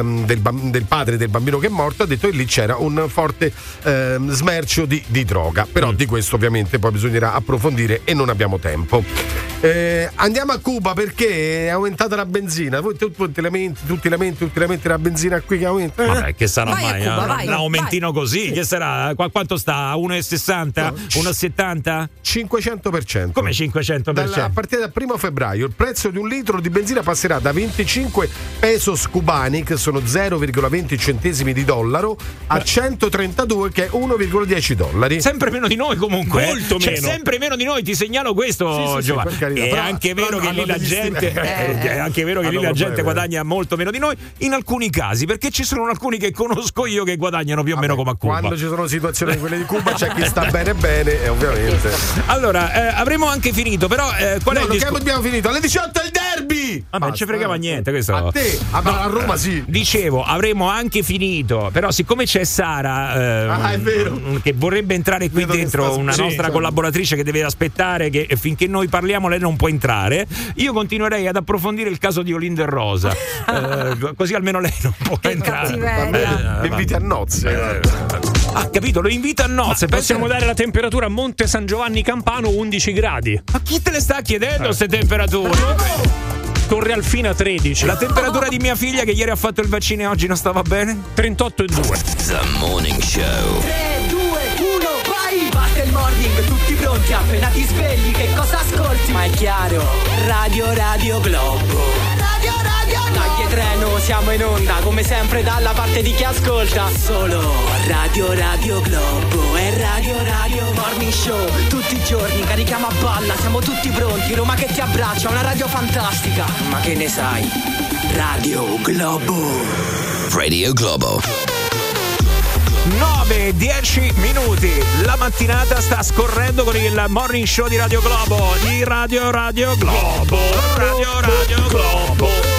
padre del bambino che è morto ha detto che lì c'era un forte smercio di droga, però di questo ovviamente poi bisognerà approfondire e non abbiamo tempo. Andiamo a Cuba perché è aumentata la benzina. Voi tutti lamenti la benzina qui che aumenta. Vabbè, che sarà Vai mai? Cuba, vai, un aumentino vai. così? Che sarà? Quanto sta? 1,60? 1,70? 500%. Come 500%? A partire dal 1 febbraio il prezzo di un litro di benzina passerà da 25 pesos cubani, che sono 0,20 centesimi di dollaro, a 132, che è 1,10 dollari. Sempre meno di noi comunque. Molto meno. Sempre meno di noi, ti segnalo questo, Sì, Giovanni. per carità. È Però anche vero che lì la gente è anche vero che lì hanno la gente problemi. guadagna molto meno di noi in alcuni casi, perché ci sono alcuni che conosco io che guadagnano più o meno come a Cuba. Quando ci sono situazioni come quelle di Cuba c'è chi sta bene ovviamente. Allora, avremo anche finito, però qual è il che abbiamo finito? Alle 18 il derby! Vabbè, non ci fregava niente questo. A te, a Roma sì. Dicevo, avremo anche finito, però siccome c'è Sara è vero, che vorrebbe entrare qui vedo dentro, una nostra collaboratrice che deve aspettare che finché noi parliamo lei non può entrare, io continuerei ad approfondire il caso di Olindo e Rosa. Così almeno lei non può entrare. Mi inviti a nozze. Capito, lo invito a nozze. Possiamo dare la temperatura a Monte San Giovanni Campano 11 gradi. Ma chi te le sta chiedendo queste temperature? Torre Alfina 13. La temperatura di mia figlia che ieri ha fatto il vaccino e oggi non stava bene? 38,2. The Morning Show. 3, 2, 1, vai! Batte il morning, tutti pronti, appena ti svegli, che cosa ascolti? Ma è chiaro, Radio Globo. Dai treno, siamo in onda, come sempre dalla parte di chi ascolta. Solo Radio Globo e Radio Morning Show. Tutti i giorni carichiamo a palla, siamo tutti pronti. Roma che ti abbraccia, una radio fantastica. Ma che ne sai? Radio Globo. 9-10 minuti. La mattinata sta scorrendo con il Morning Show di Radio Globo. Di Radio Globo. Radio Globo.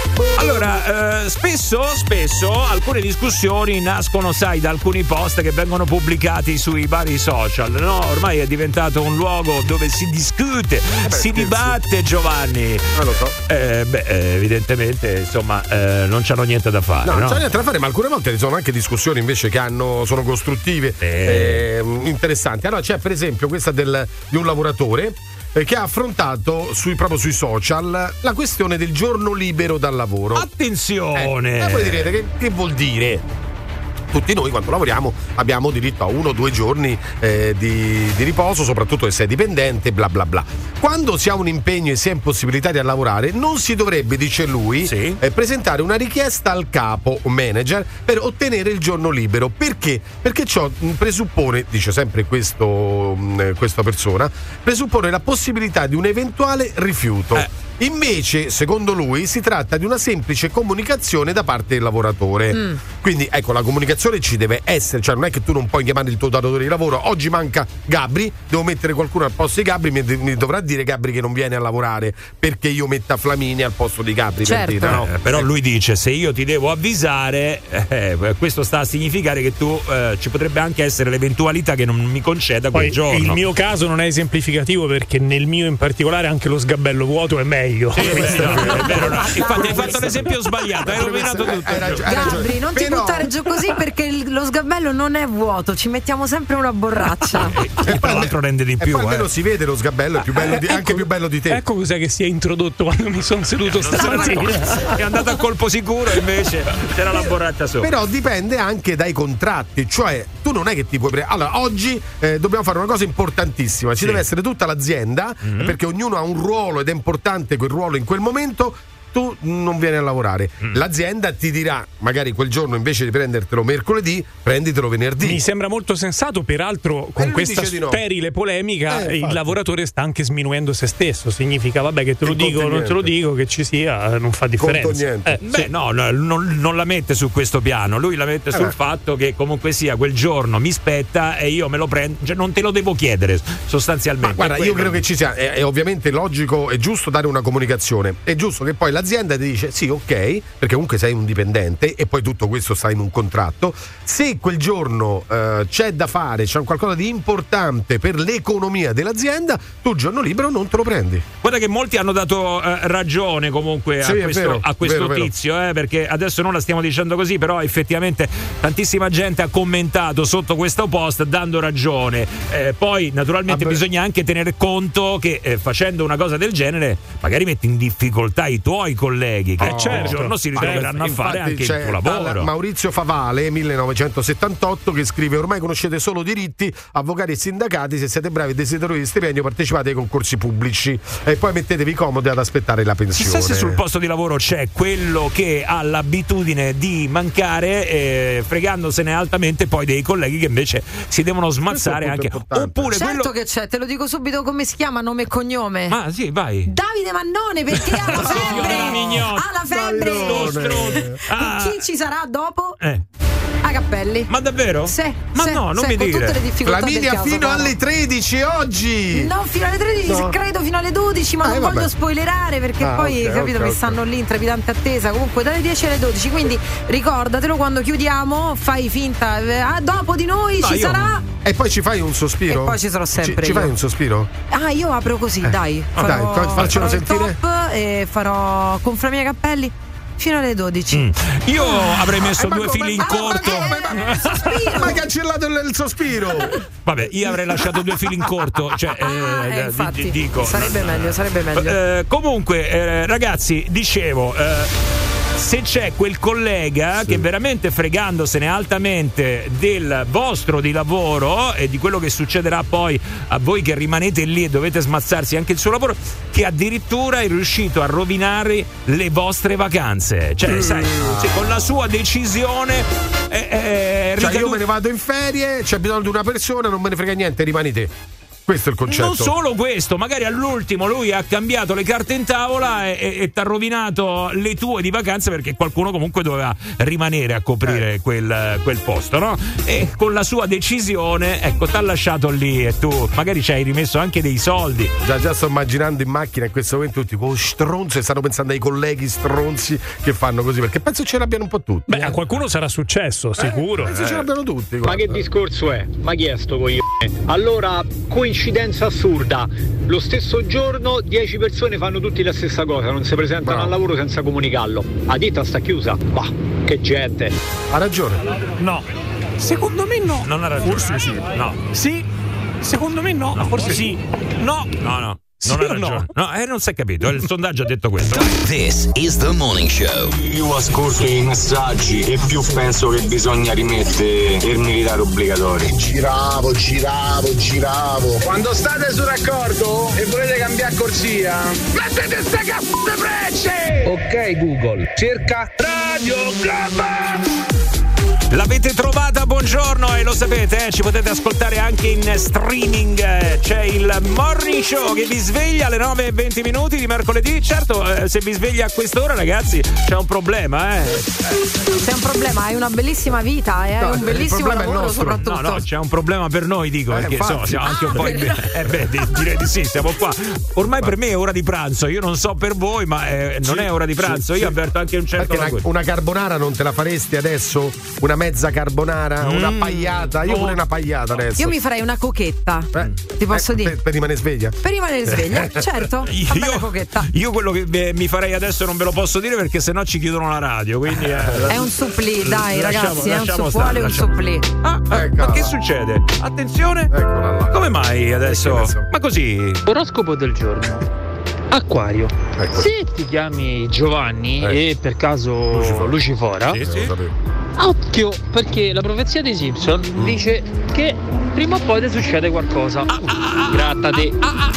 Allora, spesso alcune discussioni nascono, sai, da alcuni post che vengono pubblicati sui vari social, no? Ormai è diventato un luogo dove si discute, si dibatte, Giovanni. Non lo so. Evidentemente, insomma, non c'hanno niente da fare. No, non c'è niente da fare, ma alcune volte ci sono anche discussioni invece che sono costruttive, interessanti. Allora c'è per esempio questa di un lavoratore che ha affrontato proprio sui social la questione del giorno libero dal lavoro. Attenzione! Voi direte che vuol dire? Tutti noi quando lavoriamo abbiamo diritto a 1 o 2 giorni di riposo, soprattutto se sei dipendente, bla bla bla. Quando si ha un impegno e si è in possibilità di lavorare, non si dovrebbe, dice lui, presentare una richiesta al capo o manager per ottenere il giorno libero. Perché? Perché ciò presuppone, dice sempre questa persona, presuppone la possibilità di un eventuale rifiuto. Invece, secondo lui, si tratta di una semplice comunicazione da parte del lavoratore. Quindi, ecco, la comunicazione ci deve essere, cioè non è che tu non puoi chiamare il tuo datore di lavoro. Oggi manca Gabri, devo mettere qualcuno al posto di Gabri, mi dovrà dire Gabri che non viene a lavorare perché io metta Flaminia al posto di Gabri. Certo. Per dire, no? Però lui dice, se io ti devo avvisare, questo sta a significare che tu ci potrebbe anche essere l'eventualità che non mi conceda quel giorno. Il mio caso non è esemplificativo perché nel mio in particolare anche lo sgabello vuoto è meglio. È vero, no. Infatti hai fatto l'esempio sbagliato, hai rovinato tutto. Gabri, non ti buttare giù così perché lo sgabello non è vuoto, ci mettiamo sempre una borraccia. E tra l'altro rende di più. E poi almeno si vede lo sgabello, è più bello anche più bello di te. Ecco cos'è che si è introdotto quando mi sono seduto stamattina. È andato a colpo sicuro e invece c'era la borraccia sopra. Però dipende anche dai contratti, cioè tu non è che ti puoi allora oggi dobbiamo fare una cosa importantissima, ci deve essere tutta l'azienda perché ognuno ha un ruolo ed è importante quel ruolo in quel momento. tu non vieni a lavorare. L'azienda ti dirà, magari quel giorno invece di prendertelo mercoledì, prenditelo venerdì. Mi sembra molto sensato, peraltro con questa sterile polemica il lavoratore sta anche sminuendo se stesso. Significa, vabbè, che te lo dico o non te lo dico, che ci sia, non fa differenza. Non la mette su questo piano, lui la mette sul fatto che comunque sia quel giorno mi spetta e io me lo prendo, cioè non te lo devo chiedere sostanzialmente. Ma guarda, io credo che ci sia, è ovviamente logico e giusto dare una comunicazione, è giusto che poi l'azienda ti dice sì, ok, perché comunque sei un dipendente e poi tutto questo sta in un contratto. Se quel giorno c'è da fare, c'è qualcosa di importante per l'economia dell'azienda, tu il giorno libero non te lo prendi. Guarda che molti hanno dato ragione comunque a questo tizio, perché adesso non la stiamo dicendo così, però effettivamente tantissima gente ha commentato sotto questo post dando ragione. Poi naturalmente bisogna anche tenere conto che facendo una cosa del genere magari metti in difficoltà i tuoi colleghi che un giorno si ritroveranno a fare anche il tuo lavoro. Maurizio Favale, 1978, che scrive: ormai conoscete solo diritti, avvocati e sindacati, se siete bravi e desiderosi di stipendio partecipate ai concorsi pubblici e poi mettetevi comodi ad aspettare la pensione. Chissà se sul posto di lavoro c'è quello che ha l'abitudine di mancare fregandosene altamente poi dei colleghi che invece si devono smazzare anche. Oppure certo che c'è, te lo dico subito come si chiama, nome e cognome. Ah sì, vai. Davide Mannone, perché ha la febbre. Ha la febbre. Chi ci sarà dopo? A Cappelli. Ma davvero? Sì. Ma no, non mi dire. Flaminia fino alle 13 oggi. No, fino alle 13, credo fino alle 12, ma non voglio spoilerare perché poi, capito, mi stanno lì in trepidante attesa. Comunque dalle 10 alle 12, quindi ricordatelo, quando chiudiamo fai finta, dopo di noi ci sarà. E poi ci fai un sospiro? E poi ci sarò sempre. Ci fai un sospiro? Io apro così, dai. Faccelo sentire. Top e farò con Flaminia Cappelli fino alle 12. Io avrei messo due fili in corto. Ma hai cancellato il sospiro. Vabbè, io avrei lasciato due fili in corto. Cioè, infatti, dico. Sarebbe meglio. Comunque, ragazzi, dicevo. Se c'è quel collega che veramente fregandosene altamente del vostro di lavoro e di quello che succederà poi a voi che rimanete lì e dovete smazzarsi anche il suo lavoro, che addirittura è riuscito a rovinare le vostre vacanze, cioè sai, con la sua decisione io me ne vado in ferie, c'è bisogno di una persona, non me ne frega niente, rimani te. Questo è il concetto. Non solo questo, magari all'ultimo lui ha cambiato le carte in tavola e ti ha rovinato le tue di vacanze perché qualcuno comunque doveva rimanere a coprire quel posto, no? E con la sua decisione, ecco, ti ha lasciato lì e tu magari ci hai rimesso anche dei soldi. Già sto immaginando in macchina in questo momento tutti con stronzi e stanno pensando ai colleghi stronzi che fanno così, perché penso ce l'abbiano un po' tutti. Beh, a qualcuno sarà successo, sicuro. Penso ce l'abbiano tutti. Ma che discorso è? Ma chi è sto coglione? Allora, coincidenza assurda, lo stesso giorno 10 persone fanno tutti la stessa cosa, non si presentano al lavoro senza comunicarlo. La ditta sta chiusa. Bah, che gente. Ha ragione. No, secondo me no. Non ha ragione. Forse sì. No. Sì, secondo me no. Forse sì. No. No. Non ha ragione. No, non si è capito. Il sondaggio ha detto questo. This is the morning show. Più ascolto i messaggi e più penso che bisogna rimettere il militare obbligatorio. Giravo. Quando state sul raccordo e volete cambiare corsia, mettete ste cazzate frecce! Ok Google, cerca Radio Globo! L'avete trovata, buongiorno, e lo sapete, ci potete ascoltare anche in streaming. C'è il Morning Show che vi sveglia alle 9:20 di mercoledì. Certo, se vi sveglia a quest'ora, ragazzi, c'è un problema, C'è un problema, hai una bellissima vita e hai un bellissimo lavoro soprattutto. No, c'è un problema per noi, dico, perché siamo anche un po' direi di sì, siamo qua. Ormai per me è ora di pranzo, io non so per voi, ma non è ora di pranzo. Io avverto anche un certo una carbonara non te la faresti adesso? Una mezza carbonara, una pagliata. Io pure una pagliata adesso. Io mi farei una cochetta. Ti posso dire? Per rimanere sveglia? Per rimanere sveglia, certo. Una cochetta. Io quello che mi farei adesso non ve lo posso dire perché sennò ci chiudono la radio. Quindi è un supplì, dai, ragazzi. È un supplì, un supplì. Ma che succede? Attenzione. Come mai adesso? Ma così. Oroscopo del giorno. Acquario. Se ti chiami Giovanni e per caso Lucifora, occhio, perché la profezia dei Simpson dice che prima o poi ti succede qualcosa. Grattati.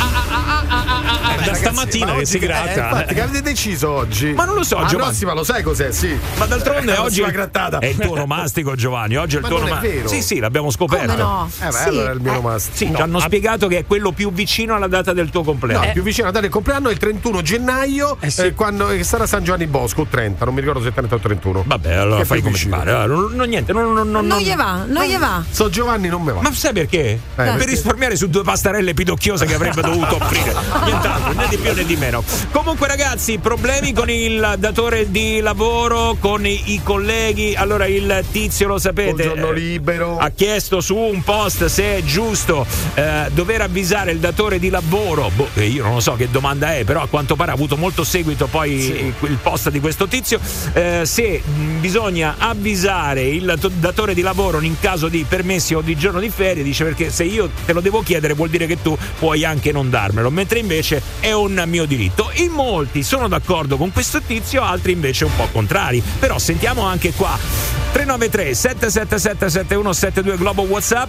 Da stamattina che si gratta. Infatti, che avete deciso oggi? Ma non lo so, Giovanni. La prossima lo sai cos'è, sì. Ma d'altronde oggi grattata. È il tuo onomastico, Giovanni. Oggi è il tuo onomastico. Sì, l'abbiamo scoperto. Come no? Allora è il mio onomastico. Sì, ci hanno spiegato che è quello più vicino alla data del tuo compleanno. No, più vicino alla data del compleanno è il 31 gennaio, quando sarà San Giovanni Bosco, 30, non mi ricordo se è 30 o 31. Vabbè, allora fai come ti pare. Non gli va. So Giovanni non me va. Ma sai perché? Per risparmiare su 2 pastarelle pidocchiose che avrebbe dovuto offrire. Nient'altro, né di più né di meno. Comunque ragazzi, problemi con il datore di lavoro, con i colleghi. Allora il tizio, lo sapete, giorno libero, ha chiesto su un post se è giusto dover avvisare il datore di lavoro. Io non lo so che domanda è, però a quanto pare ha avuto molto seguito poi il post di questo tizio, se bisogna avvisare il datore di lavoro in caso di permessi o di giorno di ferie. Dice, perché se io te lo devo chiedere vuol dire che tu puoi anche non darmelo, mentre invece è un mio diritto. In molti sono d'accordo con questo tizio, altri invece un po' contrari. Però sentiamo anche qua 393 777 7172 Globo WhatsApp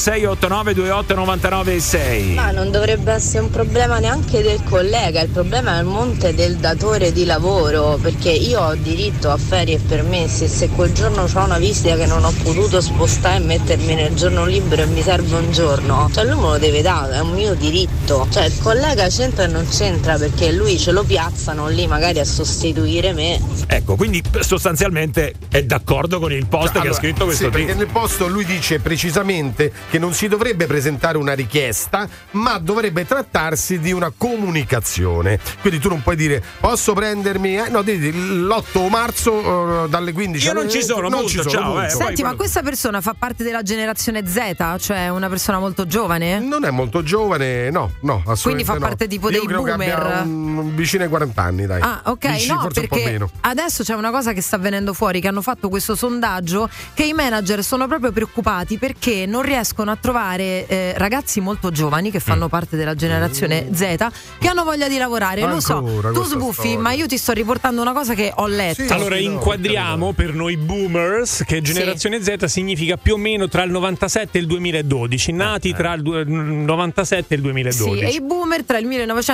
0689 28 99 6. Ma non dovrebbe essere un problema neanche del collega, il problema è il monte del datore di lavoro, perché io ho diritto a ferie e permessi, e se quel giorno ho una visita che non ho potuto spostare e mettermi nel giorno libero e mi serve un giorno, cioè lui me lo deve dare, è un mio diritto. Cioè il collega c'entra e non c'entra, perché lui ce lo piazzano lì magari a sostituire me. Ecco, quindi sostanzialmente è d'accordo con il post che ha scritto questo perché nel post lui dice precisamente che non si dovrebbe presentare una richiesta, ma dovrebbe trattarsi di una comunicazione. Quindi tu non puoi dire posso prendermi no, devi l'8 marzo dalle 15 io non ci sono, non ci sono, ciao. Senti, ma questa persona fa parte della generazione Z, cioè una persona molto giovane? Non è molto giovane, no, assolutamente. Quindi fa parte tipo dei boomer, vicino ai 40 anni, dai. Ah, ok, vicino, no, perché adesso c'è una cosa che sta venendo fuori, che hanno fatto questo sondaggio, che i manager sono proprio preoccupati perché non riescono a trovare ragazzi molto giovani che fanno parte della generazione Z che hanno voglia di lavorare. Lo so, tu sbuffi, ma io ti sto riportando una cosa che ho letto. Allora inquadriamo per noi boomers che generazione Z significa più o meno tra il 97 e il 2012, nati tra il 97 e il 2012. Sì, e i boomer tra il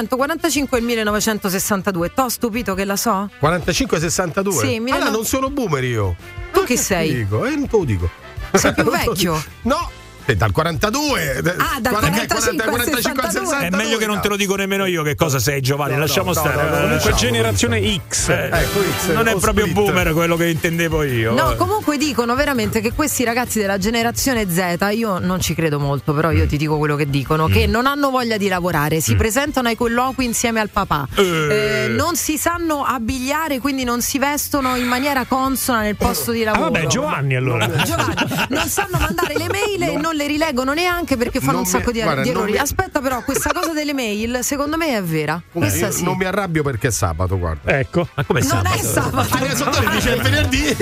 1945 e il 1962. T'ho stupito che la so? 45-62? Sì, allora non sono boomer io. Tu chi sei? Dico, non te lo dico. Sei più vecchio? No. Dal 42 dal 45 al 62. È meglio che non te lo dico nemmeno io che cosa sei, Giovanni. Lasciamo stare. Comunque generazione X. X non è proprio split. Boomer quello che intendevo io. No, comunque dicono veramente che questi ragazzi della generazione Z, io non ci credo molto, però io ti dico quello che dicono, che non hanno voglia di lavorare, si presentano ai colloqui insieme al papà, non si sanno abbigliare, quindi non si vestono in maniera consona nel posto di lavoro. Vabbè, Giovanni allora. Giovanni, non sanno mandare le mail e non le rileggono neanche perché fanno un sacco di errori. Aspetta, però questa cosa delle mail secondo me è vera. Questa sì. Non mi arrabbio perché è sabato, guarda. Ecco. Ma come non sabato? È sabato. Adesso dice il venerdì.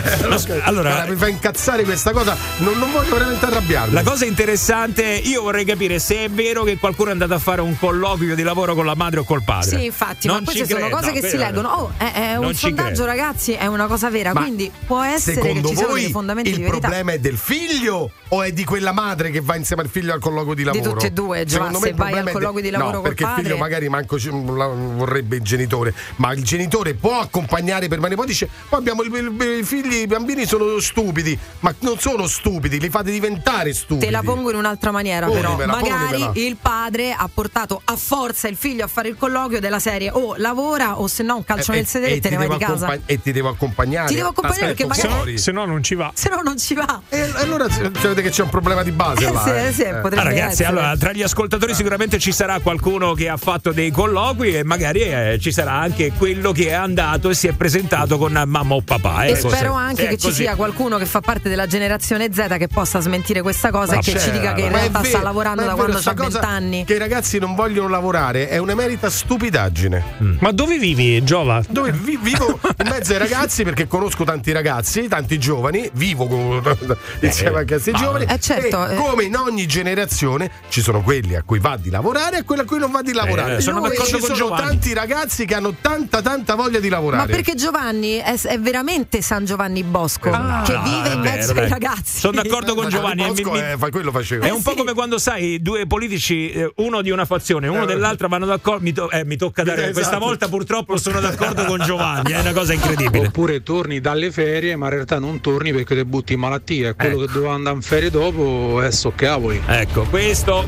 Allora mi fa incazzare questa cosa. Non voglio veramente arrabbiarmi. La cosa interessante, io vorrei capire se è vero che qualcuno è andato a fare un colloquio di lavoro con la madre o col padre. Sì, infatti, non ma queste sono cose che si leggono. È un sondaggio, ragazzi, è una cosa vera. Ma quindi può essere che ci siano dei fondamenti di verità. Il problema è del figlio o è di quella madre che va insieme al figlio al colloquio di lavoro? Di tutte e due, Giovanni, se vai al colloquio di lavoro col perché padre. il figlio magari manco vorrebbe il genitore, ma il genitore può accompagnare per mano. Poi dice, poi abbiamo i figli, i bambini sono stupidi, ma non sono stupidi, li fate diventare stupidi. Te la pongo in un'altra maniera, però magari il padre ha portato a forza il figlio a fare il colloquio della serie o lavora o se no un calcio nel sedere e te ne vai di casa. E ti devo accompagnare. Ti devo accompagnare perché magari se no non ci va. Se no non ci va. E allora vedete che c'è un problema di base là. Sì, potrebbe ragazzi, essere. Allora tra gli ascoltatori sicuramente ci sarà qualcuno che ha fatto dei colloqui e magari ci sarà anche quello che è andato e si è presentato con mamma o papà. E spero anche che ci sia qualcuno che fa parte della generazione Z che possa smentire questa cosa e che ci dica che in realtà sta lavorando da quando ha 20 anni. Che i ragazzi non vogliono lavorare è un'emerita stupidaggine. Ma dove vivi, Giova? Dove vivo in mezzo ai ragazzi, perché conosco tanti ragazzi, tanti giovani, vivo insieme a questi giovani. Certo. certo. E come in ogni generazione ci sono quelli a cui va di lavorare e quelli a cui non va di lavorare. Sono d'accordo con Giovanni. Tanti ragazzi che hanno tanta voglia di lavorare. Ma perché Giovanni è veramente San Giovanni Bosco che vive in mezzo ai ragazzi. Sono d'accordo con Giovanni. Quello faceva. È un po' come quando sai due politici, uno di una fazione, uno dell'altra, vanno d'accordo. Mi tocca dare. Esatto. Questa volta purtroppo sono d'accordo con Giovanni. È una cosa incredibile. Oppure torni dalle ferie, ma in realtà non torni perché ti butti in malattia. E quello che doveva andare in ferie dopo è so cavoli. Ecco, questo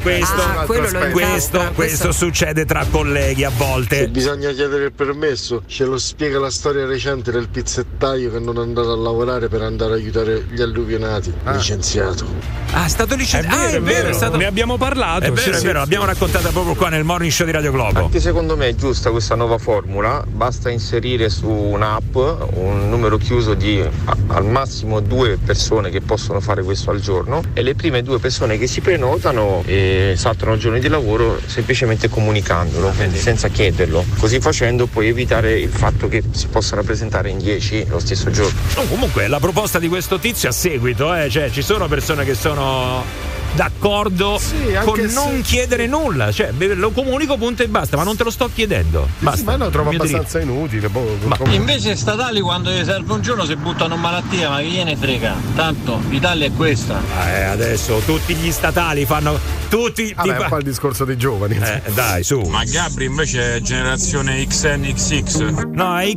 succede tra colleghi a volte. Se bisogna chiedere il permesso, ce lo spiega la storia recente del pizzettaio che non è andato a lavorare per andare a aiutare gli alluvionati. Licenziato. È stato licenziato. È vero. Ne abbiamo parlato. È vero, l'abbiamo raccontata proprio qua nel Morning Show di Radio Globo. Anche secondo me è giusta questa nuova formula. Basta inserire su un'app un numero chiuso di al massimo 2 persone che possono fare questo al giorno, e le prime 2 persone che si prenotano e saltano giorni di lavoro semplicemente comunicandolo, quindi senza chiederlo. Così facendo puoi evitare il fatto che si possano presentare in 10 lo stesso giorno. Comunque la proposta di questo tizio a seguito, cioè ci sono persone che sono d'accordo con non chiedere nulla, cioè lo comunico punto e basta, ma non te lo sto chiedendo. Basta. Ma no, trovo abbastanza inutile. Invece statali quando gli serve un giorno si buttano in malattia, ma chi gliene frega? Tanto l'Italia è questa. Adesso tutti gli statali fanno tutti. Vabbè, un po' il discorso dei giovani. Dai, su. Ma Gabri invece è generazione XNXX. No, è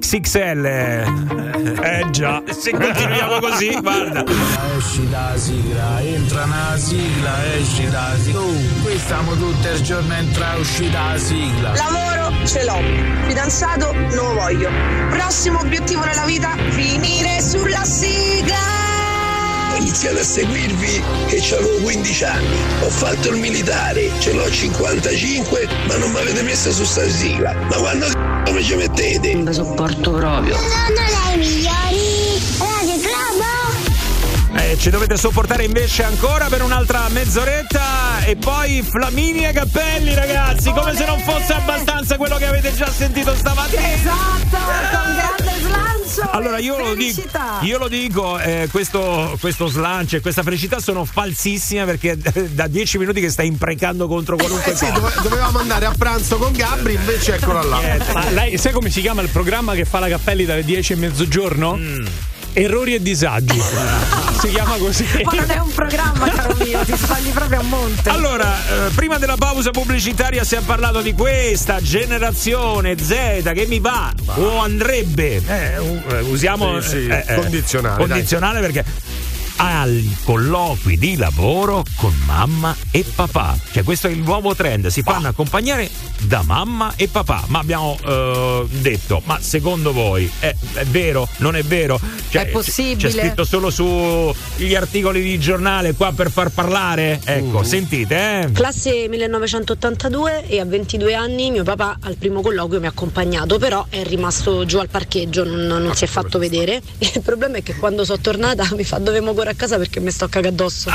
XXL. Già. Se continuiamo così, guarda. Esci da sigla, entra una sigla, esci da sigla. Qui stiamo tutto il giorno entra e uscì da sigla. Lavoro ce l'ho, fidanzato non lo voglio. Prossimo obiettivo nella vita, finire sulla sigla. Ho iniziato a seguirvi che avevo 15 anni, ho fatto il militare, ce l'ho 55, ma non mi avete messo su sta sigla. Ma quando mi ci mettete? Non vi sopporto proprio. Sono dei migliori, Radio Globo. Ci dovete sopportare invece ancora per un'altra mezz'oretta e poi Flaminia Cappelli, ragazzi, come se non fosse abbastanza quello che avete già sentito stamattina. Esatto, con grande slancio. Allora io lo dico, questo slancio e questa felicità sono falsissime, perché da 10 minuti che stai imprecando contro qualunque cosa. Dovevamo andare a pranzo con Gabri, invece eccola là. Ma lei sai come si chiama il programma che fa la Cappelli dalle 10 e mezzogiorno? Errori e disagi. Si chiama così. Ma non è un programma, caro mio, ti sbagli proprio a monte. Allora, prima della pausa pubblicitaria si è parlato di questa generazione Z che mi va o andrebbe. Usiamo condizionale perché ai colloqui di lavoro con mamma e papà. Cioè questo è il nuovo trend, si fanno accompagnare da mamma e papà. Ma abbiamo detto, ma secondo voi è vero? Non è vero? Cioè, è possibile? C'è scritto solo sugli articoli di giornale qua per far parlare? Ecco, sentite. Classe 1982 e a 22 anni mio papà al primo colloquio mi ha accompagnato, però è rimasto giù al parcheggio, non si è fatto vedere. E il problema è che quando sono tornata mi fa dovevo ancora a casa perché mi sto cagando addosso.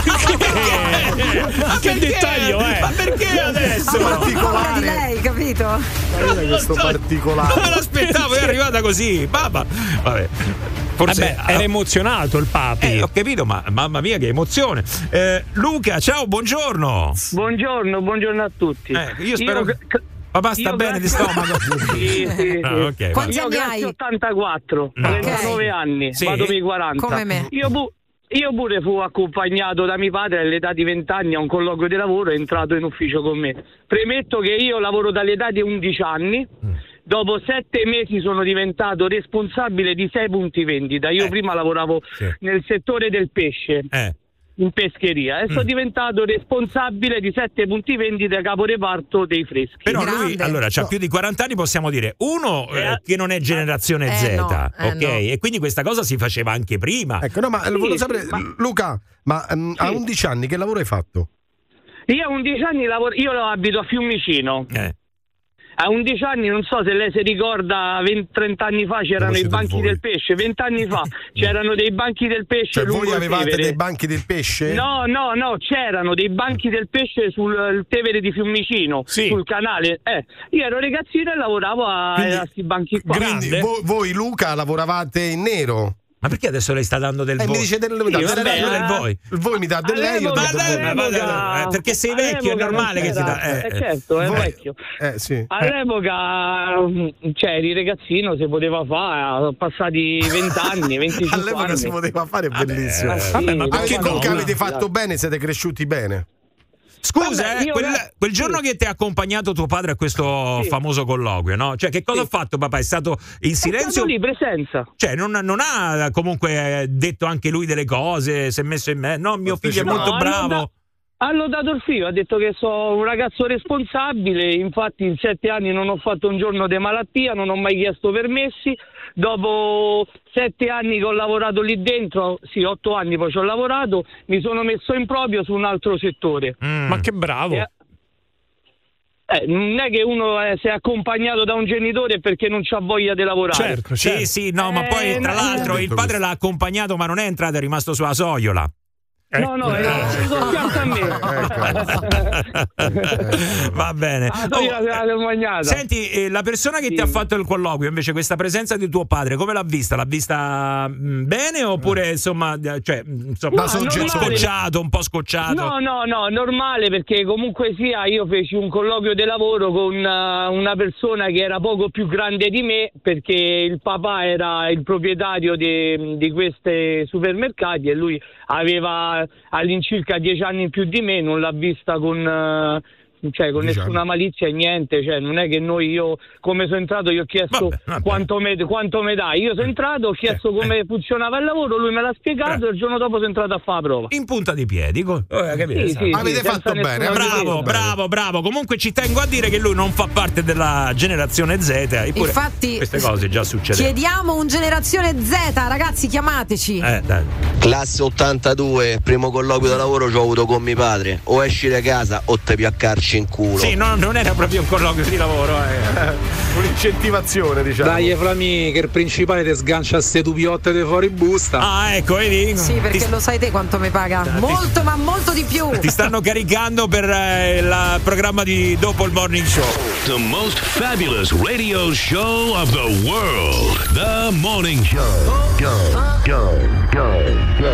Che dettaglio è? Ma perché adesso? Particolare di lei, capito? Questo particolare. Non me l'aspettavo, è arrivata così. Papà. Vabbè. Forse era emozionato il papi. Ho capito, ma mamma mia che emozione. Luca, ciao, buongiorno. Buongiorno a tutti. Io spero papà sta bene di stomaco? Sì. Okay, quanti anni hai? 84, 39 anni, sì? vado per i 40. Come me. Io pure fu accompagnato da mio padre all'età di 20 anni a un colloquio di lavoro, è entrato in ufficio con me. Premetto che io lavoro dall'età di 11 anni. Dopo 7 mesi sono diventato responsabile di 6 punti vendita. Io prima lavoravo nel settore del pesce. In pescheria e sono diventato responsabile di 7 punti vendita caporeparto dei freschi. Però lui allora c'ha più di 40 anni, possiamo dire che non è generazione Z, ok? No. E quindi questa cosa si faceva anche prima. Ecco, no, ma volevo sapere, Luca, ma a 11 anni che lavoro hai fatto? Io a 11 anni io abito a Fiumicino. A 11 anni, non so se lei si ricorda, 20-30 anni fa c'erano i banchi del pesce, 20 anni fa c'erano dei banchi del pesce. Cioè voi avevate dei banchi del pesce? No, c'erano dei banchi del pesce sul Tevere di Fiumicino, sul canale. Io ero ragazzino e lavoravo a questi banchi qua. Quindi voi Luca lavoravate in nero? Ma perché adesso lei sta dando del voi? Mi dice del voi. Il voi mi dà del lei, io do del voi. Perché sei vecchio, è normale che ti dà. Certo, è vecchio. Sì. All'epoca, eri ragazzino, si poteva fare, sono passati 20 anni, 25 All'epoca anni. si poteva fare, è bellissimo. Ma perché comunque avete fatto bene, siete cresciuti bene. Scusa, quel giorno che ti ha accompagnato tuo padre a questo famoso colloquio, no? Cioè, che cosa ha fatto papà? È stato in silenzio? È stato lì, presenza. Cioè, non ha comunque detto anche lui delle cose, si è messo in me. No, mio figlio è molto bravo. Hanno dato il figlio, ha detto che sono un ragazzo responsabile, infatti in 7 anni non ho fatto un giorno di malattia, non ho mai chiesto permessi, dopo 7 anni che ho lavorato lì dentro, 8 anni poi ci ho lavorato, mi sono messo in proprio su un altro settore. Ma che bravo! Non è che uno si è accompagnato da un genitore perché non c'ha voglia di lavorare. Certo. Sì, no, ma poi tra l'altro il padre l'ha accompagnato ma non è entrato, è rimasto sulla sogliola. No, sono fianco a me. Va bene. Senti, la persona che ti ha fatto il colloquio, invece, questa presenza di tuo padre, come l'ha vista? L'ha vista bene oppure un po' scocciato? No, normale, perché comunque sia io feci un colloquio di lavoro con una persona che era poco più grande di me, perché il papà era il proprietario di questi supermercati e lui aveva all'incirca 10 anni in più di me, non l'ha vista con nessuna malizia e niente, non è che io come sono entrato io ho chiesto quanto me dai, io sono entrato, ho chiesto come funzionava il lavoro, lui me l'ha spiegato e il giorno dopo sono entrato a fare la prova in punta di piedi. Avete fatto bene, bravo. Comunque ci tengo a dire che lui non fa parte della generazione Z, eppure infatti queste cose già succedono. Chiediamo un generazione Z, ragazzi, chiamateci. Dai. Classe 82, primo colloquio da lavoro ci ho avuto con mio padre, o esci da casa o te piaccarci in culo. Sì, non era proprio un colloquio di lavoro, un'incentivazione, diciamo. Dai, Flami, che il principale ti sgancia ste dupiotte di fuori busta. Ah, ecco, vedi? Sì, perché lo sai te quanto mi paga. Molto, ma molto di più. Ti stanno caricando per il programma di dopo il morning show. The most fabulous radio show of the world. The morning show. Go.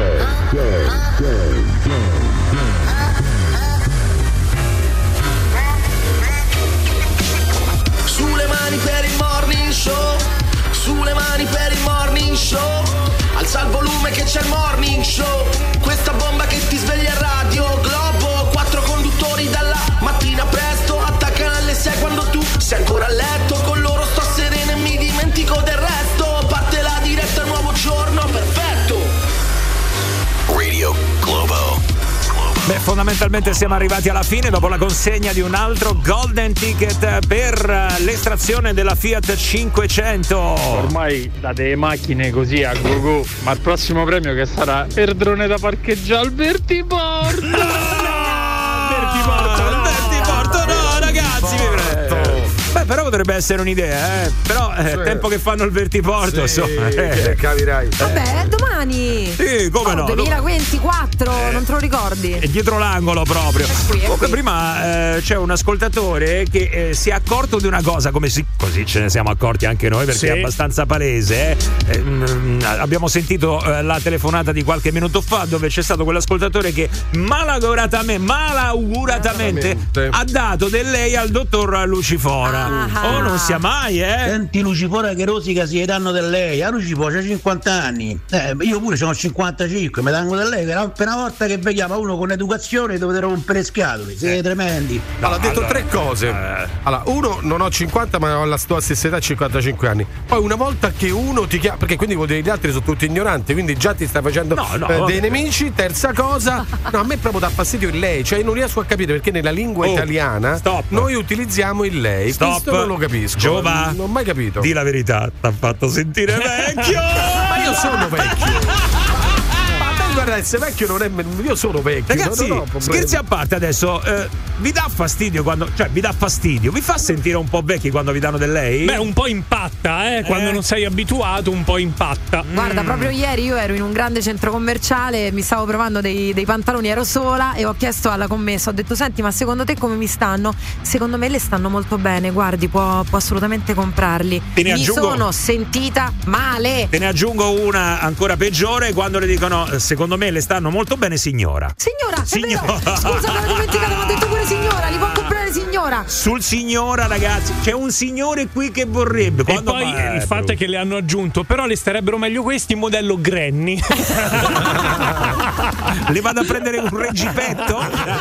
Sulle mani per il morning show, sulle mani per il morning show, alza il volume che c'è il morning show, questa bomba che ti sveglia a Radio Globo, 4 conduttori dalla mattina presto, attaccano alle 6 quando tu sei ancora a letto, con loro sto sereno e mi dimentico del resto, parte la diretta, nuovo giorno perfetto. Radio Globo. Beh, fondamentalmente siamo arrivati alla fine dopo la consegna di un altro golden ticket per l'estrazione della Fiat 500. Ormai date le macchine così a go-go, ma il prossimo premio che sarà il drone da parcheggiare al Vertiporto. Vertiporto, no, ragazzi, mi prego. Beh, però potrebbe essere un'idea, però è tempo che fanno il Vertiporto, capirai. Vabbè, domani. Sì, come no? 2024, non te lo ricordi? È dietro l'angolo proprio. Comunque prima c'è un ascoltatore che si è accorto di una cosa, così ce ne siamo accorti anche noi perché è abbastanza palese. Abbiamo sentito la telefonata di qualche minuto fa dove c'è stato quell'ascoltatore che malauguratamente ha dato del lei al dottor Lucifora. Oh, non sia mai, Senti Lucifora che rosica si danno del lei. A Lucifora c'ha 50 anni. Io pure sono 55, mi danno del lei. Per una volta che vediamo uno con educazione dovete rompere scatole. Siete tremendi. Allora, ha detto 3 cose. Allora, uno, non ho 50, ma ho la tua stessa età, 55 anni. Poi una volta che uno ti chiama, perché quindi vuol dire gli altri sono tutti ignoranti, quindi già ti stai facendo dei nemici. Terza cosa, a me proprio dà fastidio il lei, cioè non riesco a capire perché nella lingua italiana noi utilizziamo il lei. Questo non lo capisco. Giova, non ho mai capito. Di la verità, t'ha fatto sentire vecchio. Ma io sono vecchio. guarda, essere vecchio non è. Io sono vecchio. Ragazzi, scherzi a parte adesso, vi dà fastidio quando. Cioè, vi dà fastidio? Vi fa sentire un po' vecchi quando vi danno del lei? Beh, un po' impatta, quando non sei abituato, un po' impatta. Guarda, proprio ieri io ero in un grande centro commerciale, mi stavo provando dei pantaloni, ero sola e ho chiesto alla commessa, ho detto: senti, ma secondo te come mi stanno? Secondo me le stanno molto bene, guardi, può assolutamente comprarli. Mi sono sentita male. Te ne aggiungo una ancora peggiore, quando le dicono: secondo me le stanno molto bene, signora. Signora. Scusa, me l'ho dimenticato, mi ha detto pure signora, li può comprare signora. Sul signora, ragazzi, c'è un signore qui che vorrebbe. E poi il fatto è che le hanno aggiunto, però le starebbero meglio questi modello Granny. Le vado a prendere un reggipetto?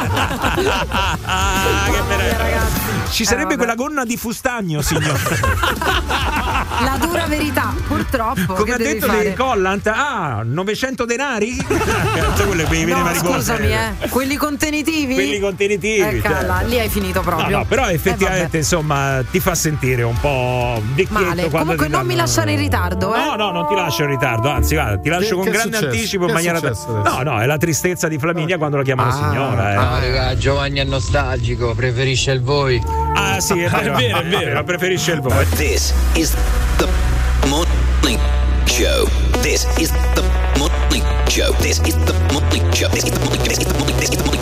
Che meraviglia, ragazzi. Ci sarebbe quella gonna di fustagno, signore. La dura verità, purtroppo. Come ha detto dei Collant, 900 denari? Scusami, quelli contenitivi. Certo. Lì hai finito proprio. No, però effettivamente insomma ti fa sentire un po' vecchietto. Male. Comunque non mi lasciare in ritardo. No, non ti lascio in ritardo, anzi guarda, ti lascio con grande anticipo in maniera. No, è la tristezza di Flaminia quando la chiamano signora. Raga, Giovanni è nostalgico, preferisce il voi. Ah sì, è vero, preferisce il voi. This is the morning show. This is the morning show. This is the morning show. This is the morning show. This is the morning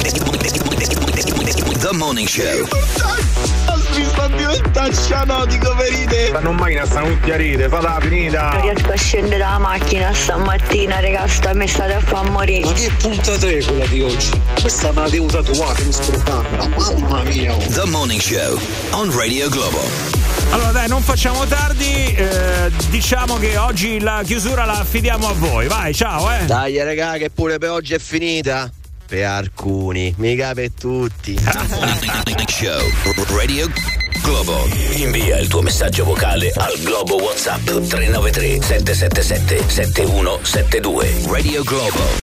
show. The morning show. Mi sta diventando cianotico per ride. Stanno in macchina, stanno tutti a ride, falla finita. Non riesco a scendere dalla macchina stamattina, raga, mi state a far morire. Ma che puntata è quella di oggi? Questa me la devo tatuare, mi scordata. Mamma mia. The morning show on Radio Globo. Allora dai, non facciamo tardi, diciamo che oggi la chiusura la affidiamo a voi. Vai, ciao. Dai raga, che pure per oggi è finita. Per alcuni, mica per tutti. Show Radio Globo. Invia il tuo messaggio vocale al Globo WhatsApp 393 777 7172. Radio Globo.